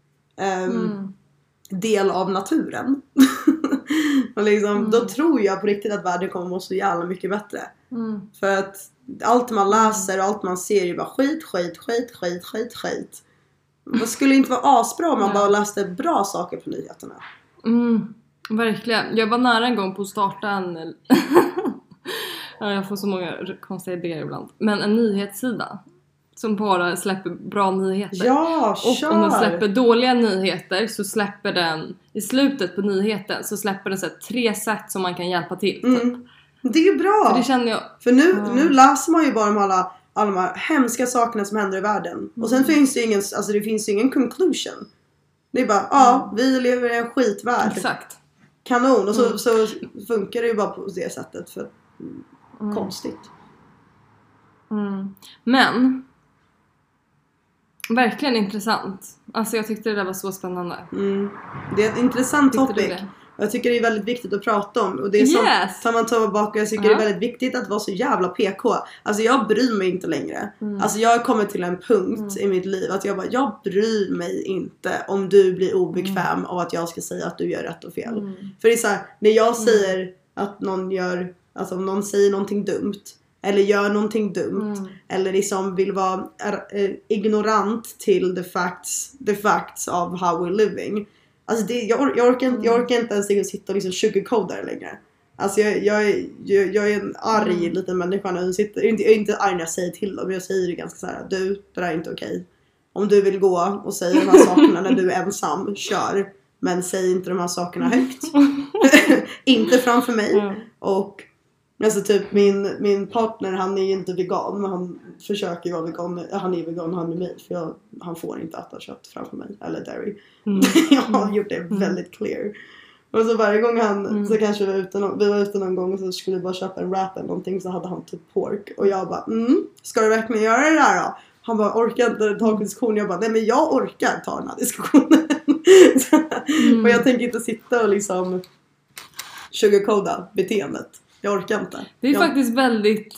Del av naturen. Och liksom, då tror jag på riktigt att världen kommer må så jävla mycket bättre. För att allt man läser och allt man ser är bara skit. Det skulle inte vara asbra om man bara läste bra saker på nyheterna. Verkligen. Jag var nära en gång på att starta en Ja, jag får så många konstiga idéer ibland. Men en nyhetssida som bara släpper bra nyheter. Ja, och om den släpper dåliga nyheter så släpper den i slutet på nyheten så släpper den så här 3 sätt som man kan hjälpa till. Typ. Det är ju bra. För det känner jag. För nu läser man ju bara om alla de här hemska sakerna som händer i världen. Och sen finns det finns ingen conclusion. Det är bara, vi lever i en skitvärld. Exakt. Kanon. Och så funkar det ju bara på det sättet. För konstigt. Men verkligen intressant. Alltså jag tyckte det där var så spännande. Det är ett intressant Tyckte topic. Jag tycker det är väldigt viktigt att prata om. Och det är som man tar tillbaka. Jag tycker det är väldigt viktigt att vara så jävla PK. Alltså jag bryr mig inte längre. Alltså jag har kommit till en punkt i mitt liv att jag bryr mig inte om du blir obekväm av att jag ska säga att du gör rätt och fel. För det är så här, när jag säger att någon gör, alltså om någon säger någonting dumt eller gör någonting dumt eller liksom vill vara ignorant till the facts of how we're living. Alltså jag orkar inte ens sitta och liksom sugarcoda det längre. Alltså jag är en arg liten människa när jag sitter. Jag är inte arg när jag säger till dem. Men jag säger det ganska så här: du, det där är inte okej. Om du vill gå och säga de här sakerna när du är ensam, kör. Men säg inte de här sakerna högt. Inte framför mig. Och alltså typ min partner, han är ju inte vegan. Men han försöker ju vara vegan. Han är vegan, han är mig. För han får inte äta kött framför mig. Eller dairy. Jag har gjort det väldigt clear. Och så varje gång så kanske vi var ute någon gång och så skulle vi bara köpa en wrap eller någonting. Så hade han typ pork. Och jag bara, ska du verkligen göra det där då? Han bara, orkar inte ta en diskussion. Jag bara, nej men jag orkar ta den här diskussionen. Och jag tänker inte sitta och liksom sugarcoda beteendet. Jag orkar inte. Det är faktiskt väldigt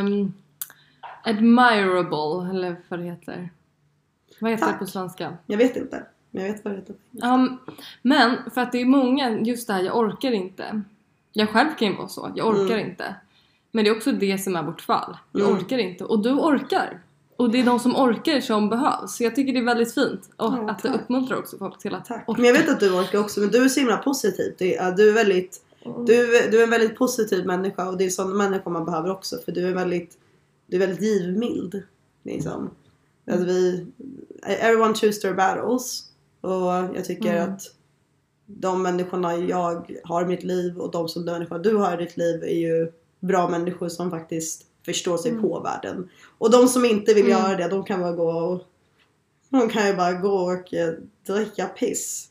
admirable, eller vad det heter. Vad heter det på svenska? Jag vet inte. Men jag vet vad det heter. Men för att det är många, just det här, jag orkar inte. Jag själv kan ju vara så, jag orkar inte. Men det är också det som är vårt fall. Jag orkar inte. Och du orkar. Och det är de som orkar som behövs. Så jag tycker det är väldigt fint. Och att det uppmuntrar också folk till att orka. Men jag vet att du orkar också. Men du är så himla positiv. Du är väldigt... Du är en väldigt positiv människa. Och det är sådana människor man behöver också. För du är väldigt givmild. Liksom. Alltså everyone choose their battles. Och jag tycker att de människorna jag har i mitt liv och de människor du har i ditt liv är ju bra människor som faktiskt förstår sig på världen. Och de som inte vill göra det, de kan bara gå och dricka piss.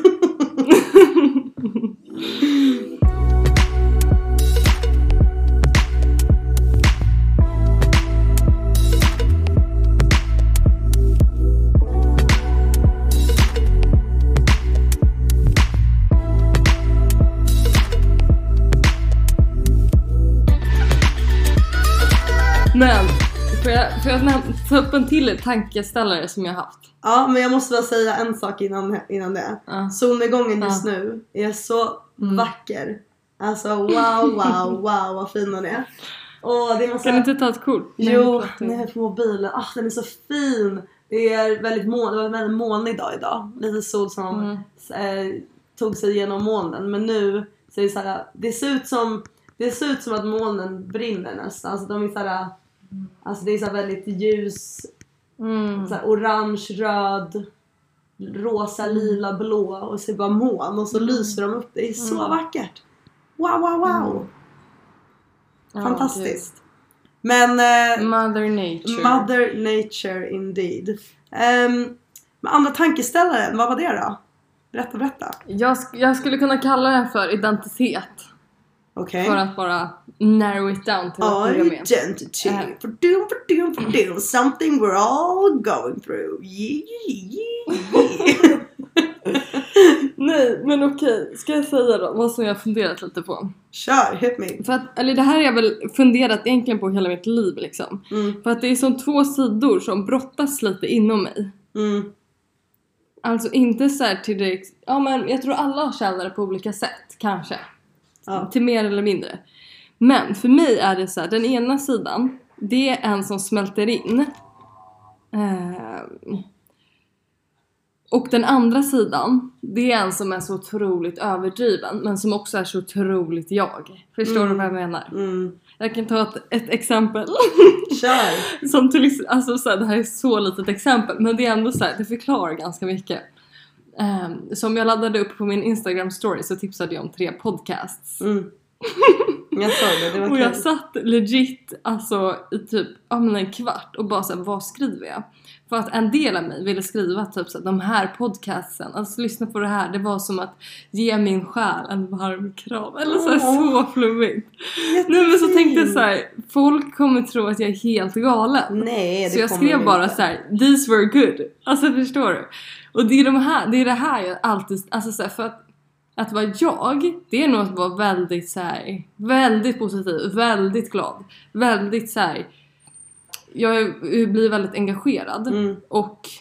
Men får jag ta upp en till tankeställare som jag haft? Ja, men jag måste bara säga en sak innan det. Solnedgången just nu är så vacker. Alltså wow vad fin den är. Det är kan du inte ta ett kort? Jo, nej, på mobilen. Den är så fin. Det är väldigt molnig dag idag. Lite sol som tog sig igenom molnen. Men nu så är det så här, det ser ut som att molnen brinner nästan. Alltså de är så här, alltså det är så här väldigt ljus, så här orange, röd, rosa, lila, blå och så bara moln och så lyser de upp. Det är så vackert. Wow. Fantastiskt. Men Mother Nature indeed. Men andra tankeställare, vad var det då? Berätta. Jag skulle kunna kalla det för identitet. Okay. För att bara narrow it down till att börja med. Identity. For something we're all going through. Yeah. Nej, men okej. Ska jag säga då vad som jag har funderat lite på? Kör, hit me. För att, eller det här har jag väl funderat egentligen på hela mitt liv liksom. För att det är som 2 sidor som brottas lite inom mig. Alltså inte så här till direkt. Ja, men jag tror alla känner det på olika sätt, kanske. Till mer eller mindre. Men för mig är det så här, den ena sidan, det är en som smälter in. Och den andra sidan, det är en som är så otroligt överdriven, men som också är så otroligt jag. Förstår du vad jag menar? Jag kan ta ett exempel. Kör! Som till, alltså så här, det här är så litet exempel, men det är ändå så här, det förklarar ganska mycket. Som jag laddade upp på min Instagram story så tipsade jag om 3 podcasts. Jag såg det var och kul. jag satt legit alltså i typ en kvart och bara såhär, vad skriver jag? För att en del av mig ville skriva typ såhär, de här podcastsen, alltså lyssna på det här, det var som att ge min själ en varm kram. Eller såhär, så flummigt. Nu men så tänkte jag såhär, folk kommer tro att jag är helt galen. Nej, det så jag kommer skrev de bara inte. såhär, these were good. Alltså förstår du? Och det är det här jag alltid, alltså såhär, för att vara jag, det är nog att vara väldigt så här, väldigt positiv, väldigt glad, väldigt så här, jag blir väldigt engagerad och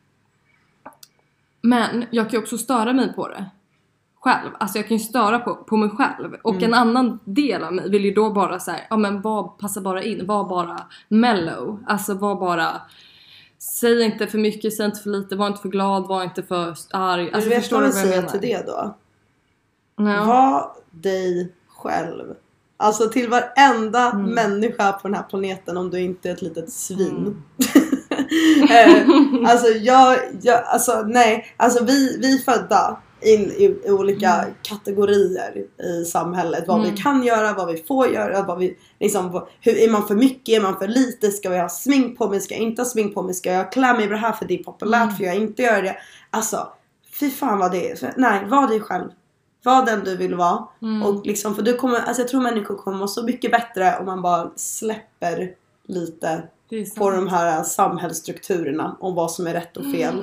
men jag kan också störa mig på det själv, alltså jag kan ju störa på mig själv och en annan del av mig vill ju då bara så här, ja men passa bara in, var bara mellow, alltså var bara, säg inte för mycket, säg inte för lite, var inte för glad, var inte för arg, alltså du vet förstår vad du jag vad jag säger menar? till det då? Ja. Var dig själv. Alltså till varenda människa på den här planeten, om du inte är ett litet svin. Alltså alltså nej, alltså vi födda in i olika kategorier i samhället. Vad vi kan göra, vad vi får göra, vad vi liksom, hur är man för mycket, är man för lite, ska vi ha smink på mig, ska jag inte ha smink på mig, ska jag klä mig det här för det är populärt, för jag inte gör det. Alltså fy fan vad det är. Nej, var dig själv. Var den du vill vara. Och liksom, för du kommer, alltså jag tror människor kommer må så mycket bättre om man bara släpper lite på de här samhällsstrukturerna om vad som är rätt och fel.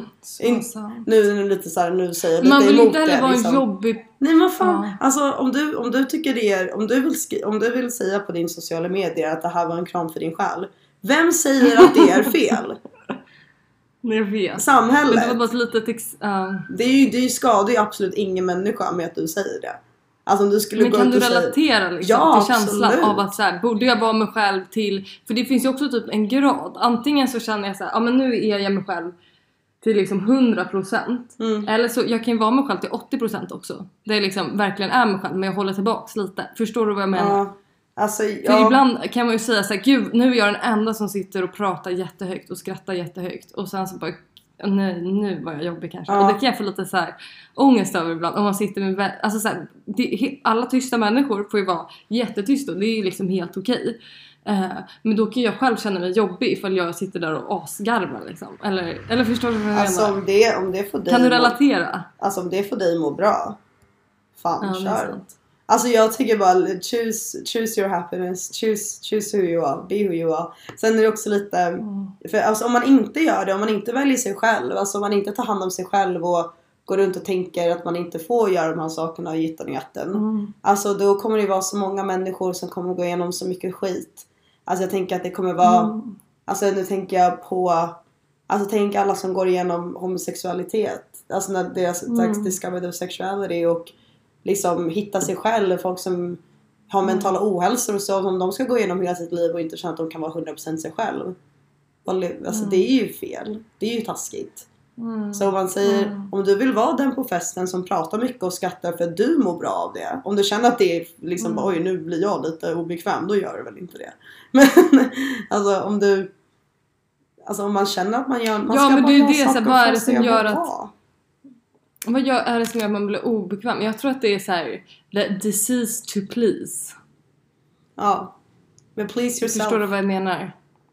Nu är det lite så här, nu säger jag lite man vill emot inte heller det, vara liksom. en jobbig. Nej men fan, alltså om du tycker det är, om du vill säga på din sociala medier att det här var en kram för din själ. Vem säger att det är fel? Jag vet. Samhället. Men det var bara ett litet det skadar ju absolut ingen människa med att du säger det. Alltså om du skulle men gå kan ut du och relatera säga, liksom, till känslan absolut. av att så här, borde jag vara mig själv till, för det finns ju också typ en grad. Antingen så känner jag så här, ja men nu är jag mig själv till liksom 100%. Eller så jag kan vara mig själv till 80% också. Det är liksom verkligen är mig själv, men jag håller tillbaks lite. Förstår du vad jag menar? Ja. Alltså, För ibland kan man ju säga så här, gud nu är jag den enda som sitter och pratar jättehögt och skrattar jättehögt. Och sen så bara, nej, nu var jag jobbig kanske. Och det kan jag få lite så här ångest över ibland. Om man sitter med, alltså så här, alla tysta människor får ju vara jättetysta. Och det är ju liksom helt okej. Men då kan jag själv känna mig jobbig ifall jag sitter där och asgarvar liksom. Eller förstår du vad jag alltså menar? om det får dig kan du relatera? Alltså om det får dig må bra. Fan, Ja, kör. Alltså jag tycker bara choose your happiness, choose who you are, be who you are. Sen är det också lite för alltså om man inte gör det, om man inte väljer sig själv, alltså om man inte tar hand om sig själv och går runt och tänker att man inte får göra de här sakerna i ytan och hjärtan. Alltså då kommer det vara så många människor som kommer gå igenom så mycket skit. Alltså jag tänker att det kommer vara alltså nu tänker jag på, alltså tänk alla som går igenom homosexualitet, alltså när deras discover their sexuality och liksom hitta sig själv, folk som har mentala ohälsor och så, om de ska gå igenom hela sitt liv och inte känna att de kan vara 100% sig själv. Alltså det är ju fel, det är ju taskigt. Så om man säger, om du vill vara den på festen som pratar mycket och skrattar för att du mår bra av det, om du känner att det är liksom, oj nu blir jag lite obekväm, då gör du väl inte det. Men alltså om du, alltså om man känner att man gör, man ska men bara det är göra det, så saker vad är för det att som se gör vad att bra. vad är det som gör att man blir obekväm? Jag tror att det är så här, the disease to please. Ja. Men please yourself. Förstår du vad jag menar?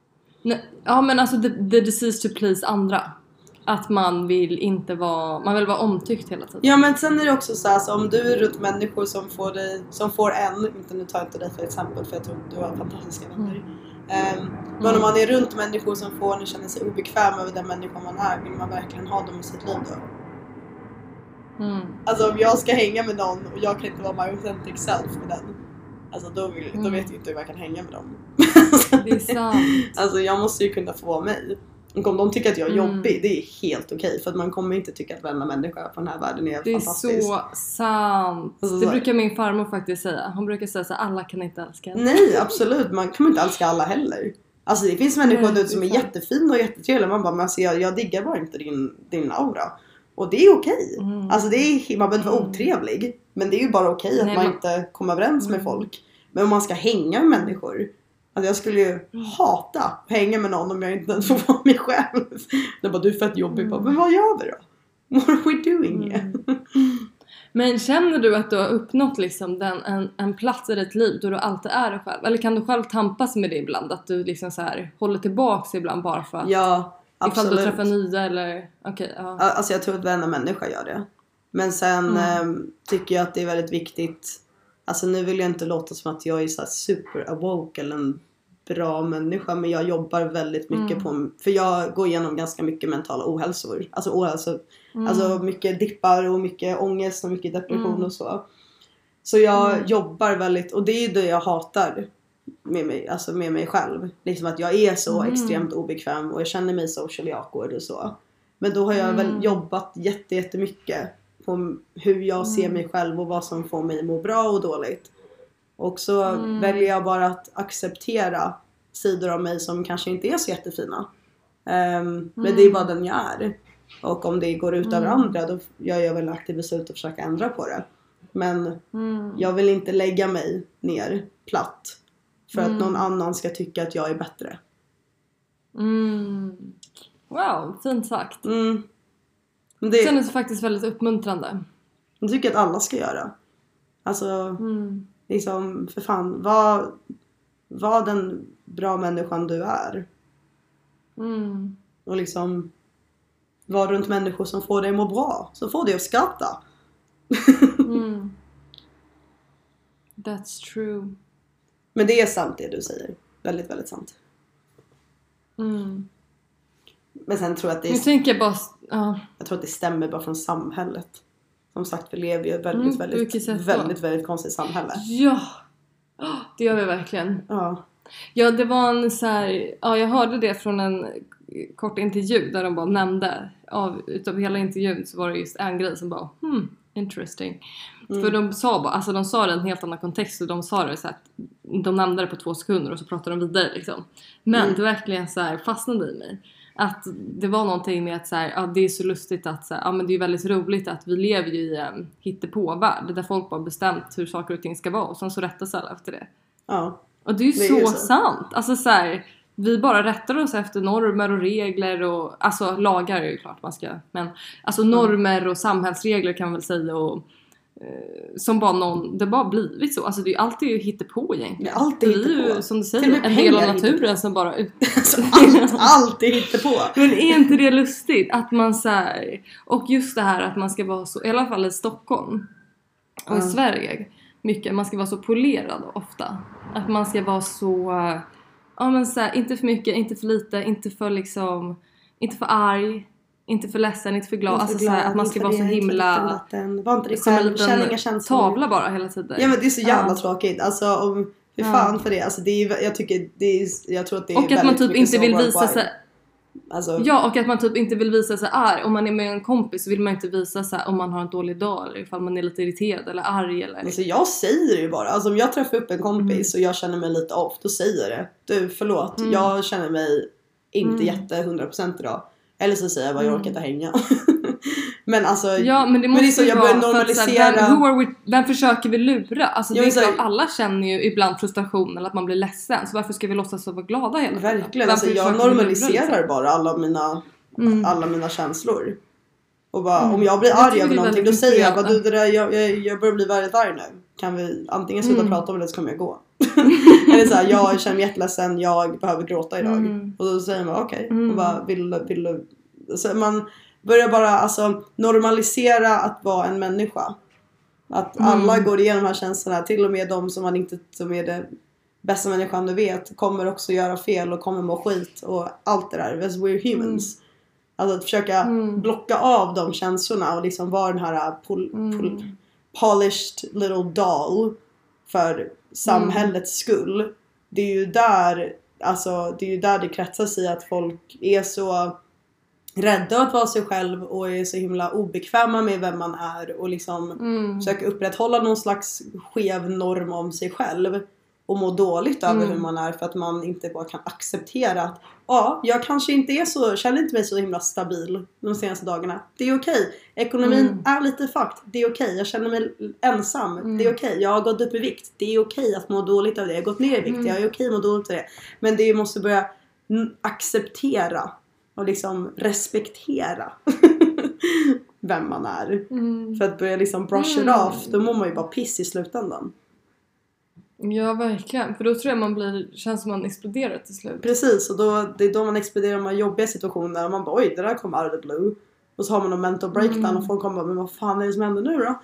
Ja men alltså the disease to please andra. Att man vill inte vara, man vill vara omtyckt hela tiden. Ja men sen är det också så här, alltså, om du är runt människor som får inte nu tar jag inte dig för exempel för jag tror du har fantastiska vänner. Men om man är runt människor som får en att känna sig obekväm över den människan man är, vill man verkligen ha dem i sitt liv då? Alltså om jag ska hänga med någon och jag kan inte vara my authentic self med den, alltså då vet jag inte hur jag kan hänga med dem. Det är sant. Alltså jag måste ju kunna få vara mig. Och om de tycker att jag är jobbig, det är helt okej. För att man kommer inte tycka att varenda människa på den här världen är fantastisk. Det är så sant. Alltså, det brukar min farmor faktiskt säga. Hon brukar säga så här, alla kan inte älska en. Nej, absolut. Man kommer inte älska alla heller. Alltså det finns människor som är jättefina och jättetrevliga. Man bara, men alltså, jag diggar bara inte din aura. Och det är okej. Alltså man behöver inte vara otrevlig. Men det är ju bara okej att man inte kommer överens med folk. Men om man ska hänga med människor. Alltså jag skulle ju hata att hänga med någon om jag inte får vara mig själv. Det bara, du är fett jobbig. Men vad gör vi då? What are we doing here? Men känner du att du har uppnått liksom en plats i ditt liv då du alltid är dig själv? Eller kan du själv tampas med det ibland? Att du liksom så här håller tillbaka ibland bara för att... Ja, absolut. Ifall du träffar nya eller... Okej, ja. Alltså jag tror att varenda människa gör det. Men sen tycker jag att det är väldigt viktigt. Alltså nu vill jag inte låta som att jag är så här super awoke eller en bra människa. Men jag jobbar väldigt mycket på... För jag går igenom ganska mycket mentala ohälsor. Alltså ohälsor. Alltså mycket dippar och mycket ångest och mycket depression och så. Så jag jobbar väldigt... Och det är det jag hatar med mig, alltså med mig själv. Liksom att jag är så extremt obekväm och jag känner mig socially awkward och så. Men då har jag väl jobbat jättemycket på hur jag ser mig själv och vad som får mig att må bra och dåligt. Och så väljer jag bara att acceptera sidor av mig som kanske inte är så jättefina. Men det är bara den jag är. Och om det går ut över andra, då gör jag väl aktivt beslut att försöka ändra på det. Men jag vill inte lägga mig ner platt för att någon annan ska tycka att jag är bättre. Wow, fint sagt. Men det känns faktiskt väldigt uppmuntrande. Jag tycker att alla ska göra. Alltså, liksom, för fan, var den bra människan du är. Och liksom, var runt människor som får dig att må bra. Så får dig att skratta. That's true. Men det är sant det du säger. Väldigt, väldigt sant. Men sen tror jag att det är... Jag tänker bara... Jag tror att det stämmer bara från samhället. Som sagt, vi lever ju ett väldigt konstigt samhälle. Ja, det gör vi verkligen. Ja, det var en så här... Ja, jag hörde det från en kort intervju där de bara nämnde... Utav hela intervjun så var det just en grej som bara... interesting. För de sa bara... Alltså de sa det i en helt annan kontext och de sa det så att... De nämnde det på 2 sekunder och så pratade de vidare liksom. Men det verkligen så här fastnade i mig. Att det var någonting med att så här, det är så lustigt att så här, men det är väldigt roligt att vi lever ju i en hittepåvärld där folk bara bestämt hur saker och ting ska vara och sen så rättas alla efter det. Ja. Och det är ju så sant. Alltså så här, vi bara rättar oss efter normer och regler och alltså lagar är ju klart man ska, men alltså normer och samhällsregler kan man väl säga och som bara det bara blivit så. Alltså det är ju alltid hittepå egentligen. Det är alltid hittepå. Ju, som du säger, en del av naturen som bara alltså, alltid hittepå. Men är inte det lustigt att man så här, och just det här att man ska vara så, i alla fall i Stockholm och i Sverige mycket, man ska vara så polerad ofta. Att man ska vara så men så här, inte för mycket, inte för lite, inte för liksom, inte för arg, inte för ledsen, inte för glad. Alltså så här, att man ska vara så himla... Var inte det själv, känn inga känslor. Tavla bara hela tiden. Ja men det är så jävla tråkigt. Alltså hur fan för det. Alltså det är, jag tycker det är, jag tror att det är och att man typ inte vill visa sig... Alltså... Ja, och att man typ inte vill visa sig arg. Om man är med en kompis så vill man inte visa sig om man har en dålig dag. Eller ifall man är lite irriterad eller arg. Eller... Alltså jag säger det ju bara. Alltså om jag träffar upp en kompis och jag känner mig lite off, då säger jag det. Du, förlåt. Jag känner mig inte 100% idag. Eller så säger jag bara, jag orkar inte hänga. Men alltså... Ja, men det måste så jag börjar normalisera... Vem försöker vi lura? Alltså det är klart, alla känner ju ibland frustration eller att man blir ledsen. Så varför ska vi låtsas vara glada hela tiden? Verkligen, alltså jag normaliserar bara alla mina känslor. Och bara, om jag blir arg över någonting, då säger jag bara, du, det där, jag börjar bli väldigt arg nu. Kan vi antingen sluta prata om det så kommer jag gå. Eller så här, jag känner mig jätteledsen, jag behöver gråta idag. Och då säger man okej. Och bara, vill du... Så man börjar bara alltså normalisera att vara en människa. Att alla går igenom de här känslorna. Till och med de som man inte, som är det bästa människan du vet, kommer också göra fel och kommer må skit och allt det där. Because we're humans. Alltså att försöka blocka av de känslorna och liksom vara den här polished little doll för samhällets skull. Det är ju där, alltså det är ju där det kretsar sig att folk är så rädda att vara sig själv och är så himla obekväma med vem man är och liksom försöker upprätthålla någon slags skev norm om sig själv och må dåligt över hur man är för att man inte bara kan acceptera att jag kanske inte är så, känner inte mig så himla stabil de senaste dagarna. Det är okej. Ekonomin är lite fucked. Det är okej. Jag känner mig ensam. Det är okej. Jag har gått upp i vikt. Det är okej att må dåligt av det. Jag har gått ner i vikt. Jag är okej att må dåligt av det. Men det måste börja acceptera och liksom respektera vem man är. För att börja liksom brush it off, då mår man ju bara piss i slutändan. Ja, verkligen. För då tror jag känns som man exploderar till slut. Precis, och det är då man exploderar de här jobbiga situationer och man bara, oj, det där kom out of the blue. Och så har man en mental breakdown och folk kommer bara, men vad fan är det som händer nu då?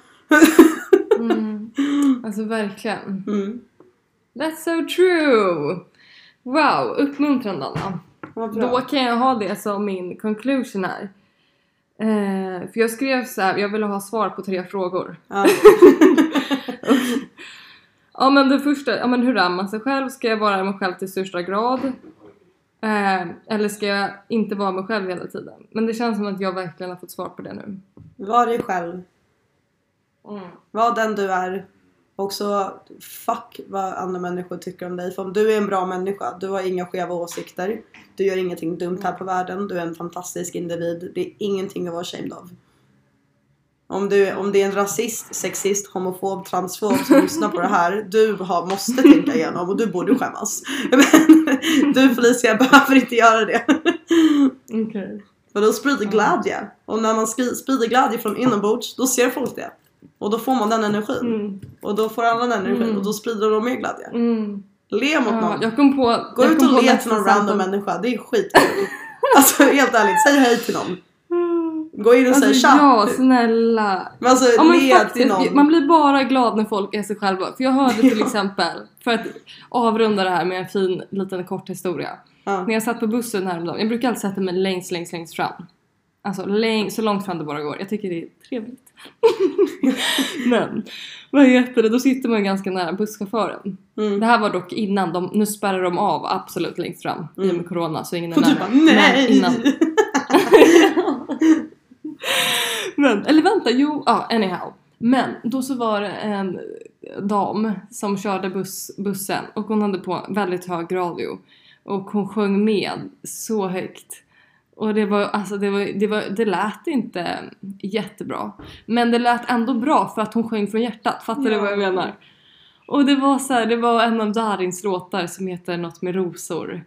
Alltså verkligen. That's so true. Wow, uppmuntrande Anna. Då kan jag ha det som min conclusion här. För jag skrev så här, jag ville ha svar på 3 frågor. Ja, men det första, men hur är man sig själv? Ska jag vara mig själv till största grad? Eller ska jag inte vara mig själv hela tiden? Men det känns som att jag verkligen har fått svar på det nu. Var dig själv. Var den du är. Och så fuck vad andra människor tycker om dig. För om du är en bra människa, du har inga skeva åsikter. Du gör ingenting dumt här på världen. Du är en fantastisk individ. Det är ingenting att vara ashamed av. Om det är en rasist, sexist, homofob, transfob som lyssnar på det här, du måste tänka igenom och du borde skämmas. Men du Felicia behöver inte göra det. Okej. För då sprider glädje. Och när man sprider glädje från inombords, då ser folk det. Och då får man den energin. Och då får alla den energin och då sprider de mer glädje. Le mot någon. Gå ut och le till någon random människa. Det är skitkul. Alltså helt ärligt, säg hej till någon. Gå in och säg tja. Ja, snälla. Men alltså, le till någon. Man blir bara glad när folk är sig själva. För jag hörde till exempel, för att avrunda det här med en fin liten kort historia. När jag satt på bussen häromdagen. Jag brukar alltid sätta mig längst fram. Alltså så långt fram det bara går. Jag tycker det är trevligt. Men vad heter det? Då sitter man ganska nära busschauffören. Det här var dock innan nu spärrar de av absolut längst fram i med corona, så ingen är nära. Bara, nej. Men innan. Eller vänta, anyhow. Men då så var det en dam som körde bussen och hon hade på väldigt hög radio och hon sjöng med så högt. Och det lät inte jättebra. Men det lät ändå bra för att hon sjöng från hjärtat. Fattar du vad jag menar? Och det var så här, det var en av Darins låtar som heter något med rosor.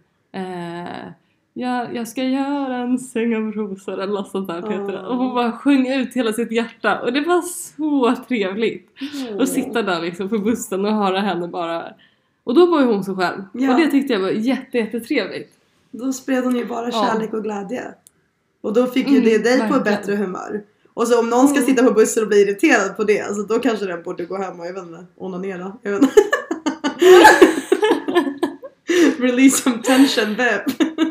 Jag ska göra en säng av rosor eller något sånt där heter det. Och hon bara sjöng ut hela sitt hjärta. Och det var så trevligt. Att sitta där liksom på bussen och höra henne bara. Och då var ju hon så själv. Och det tyckte jag var jättetrevligt. Då spred hon ju bara kärlek och glädje. Och då fick ju det dig på ett bättre humör. Och så om någon ska sitta på bussen och bli irriterad på det, alltså då kanske den borde gå hem och jag vet inte, onanera. Release some tension, babe.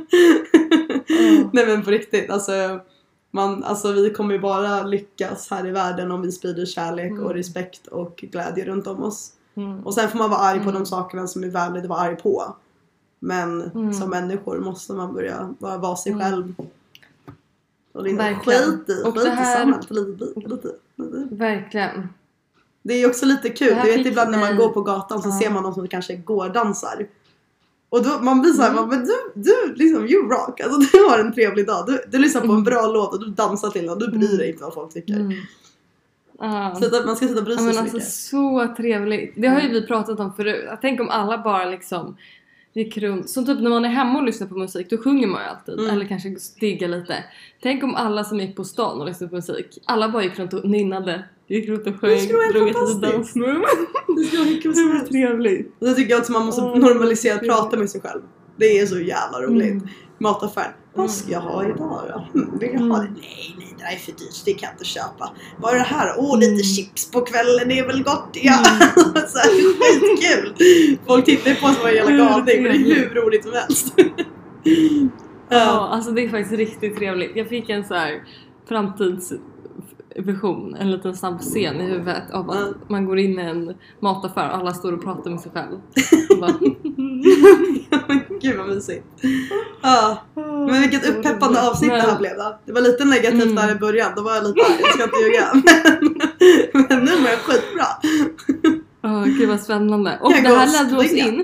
Nej men på riktigt, alltså vi kommer ju bara lyckas här i världen om vi sprider kärlek och respekt och glädje runt om oss. Och sen får man vara arg på de sakerna som är värligt att vara arg på. Men som människor måste man börja vara sig själv. Och det är skit i samhället lite. Verkligen. Det är också lite kul. Du vet ibland när man går på gatan så ser man någon som kanske går och dansar. Och då man blir såhär, men du liksom, you rock. Alltså du har en trevlig dag. Du lyssnar på en bra låt och du dansar till den. Och du bryr dig inte vad folk tycker. Så att man ska sitta och bry sig så mycket. Så trevligt. Det har ju vi pratat om förut. Tänk om alla bara liksom gick runt. Som typ när man är hemma och lyssnar på musik, då sjunger man ju alltid. Eller kanske diggar lite. Tänk om alla som gick på stan och lyssnade på musik, alla bara gick runt och nynnade. Gick runt och sjöng, drog ett dansnummer. Det skulle vara kul. Det var trevligt. Och så tycker jag att man måste normalisera att prata med sig själv. Det är så jävla roligt. Mataffären. Vad ska jag ha idag då? Vill jag ha det? Nej, det är för dyrt. Det kan jag inte köpa. Vad är det här? Lite chips på kvällen. Det är väl gott. Ja, så här, skitkul. Folk tittar på oss som en jävla galning. Men det är hur roligt som helst. Ja, alltså det är faktiskt riktigt trevligt. Jag fick en så här framtidsvision, en liten snabb scen i huvudet av att man går in i en mataffär och alla står och pratar med sig själv. Och bara... Gud vad mysigt. Men vilket uppeppande avsnitt det här blev då. Det var lite negativt där i början. Då var jag lite arg, jag ska inte ljuga. Men nu var jag skitbra. Gud vad spännande. Och det här ledde oss in.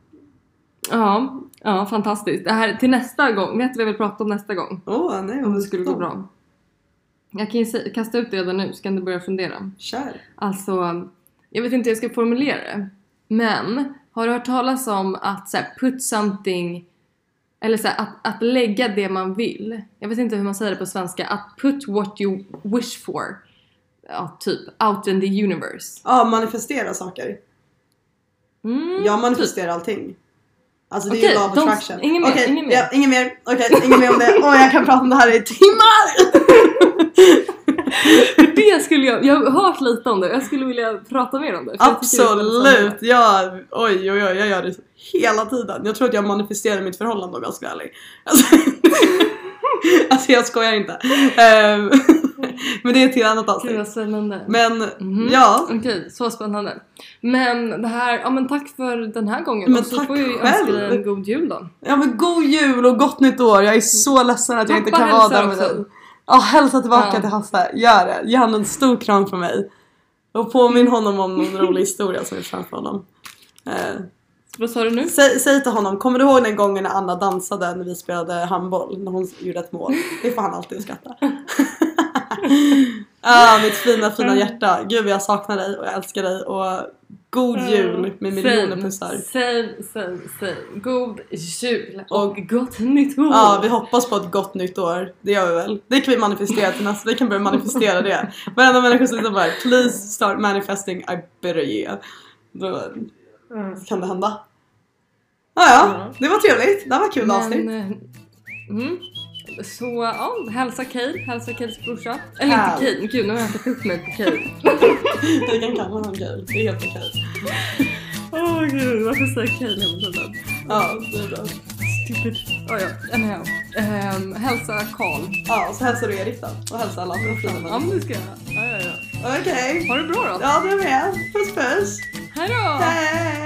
Ja, fantastiskt. Det här till nästa gång. Vet du vad jag vill prata om nästa gång? Nej, om det skulle gå bra. Jag kan ju kasta ut det redan nu, så kan du börja fundera. Kör. Alltså, jag vet inte hur jag ska formulera det. Men, har du hört talas om att så här, put something... Eller så här, att lägga det man vill. Jag vet inte hur man säger det på svenska. Att put what you wish for. Ja, typ. Out in the universe. Ja, manifestera saker. Jag manifesterar allting. Alltså det är ju law of attraction. Ingen mer. Ingen mer om det. Jag kan prata om det här i timmar. Det skulle jag har hört lite om det. Jag skulle vilja prata mer om det. Absolut. Oj, jag gör det hela tiden. Jag tror att jag manifesterar mitt förhållande om jag ska vara ärlig. Alltså jag skojar inte. Men det är till annat avsnitt. Det var spännande. Men ja. Okej, så spännande. Men det här, men tack för den här gången. Men så tack får jag önska dig en god jul då. Ja, men god jul och gott nytt år. Jag är så ledsen att jag inte kan vara där med dig. Ja, hälsa tillbaka till Hasse. Gör det. Ge han en stor kram från mig. Och påminn honom om någon rolig historia som är framför honom. Vad sa du nu? Säg till honom, kommer du ihåg den gången när Anna dansade när vi spelade handboll? När hon gjorde ett mål. Det får han alltid skratta. Mitt fina hjärta. Gud, jag saknar dig och jag älskar dig. Och god jul med miljoner pussar. Säg. God jul och gott nytt år. Ja, vi hoppas på ett gott nytt år. Det gör vi väl. Det kan vi manifestera till nästa. Vi kan börja manifestera det. Varenda människa som bara, please start manifesting, I better you. Då kan det hända. Det var trevligt. Det var kul avsnitt. Så ja, hälsa Kales brorsa. Eller inte Kane, gud nu har jag inte upp mig på Kane. Jag kan kalla honom Kale, det är helt okej. Gud, varför säger Kale hela tiden? Ja, det är bra. Stupid. Anyhow. Hälsa Karl. Ja, och så hälsar du Erik då. Och hälsa alla andra fina människor. Ja, men det ska jag. Ja. Okej. Har du bra då? Ja, det är med. Puss. Hej då! Hej!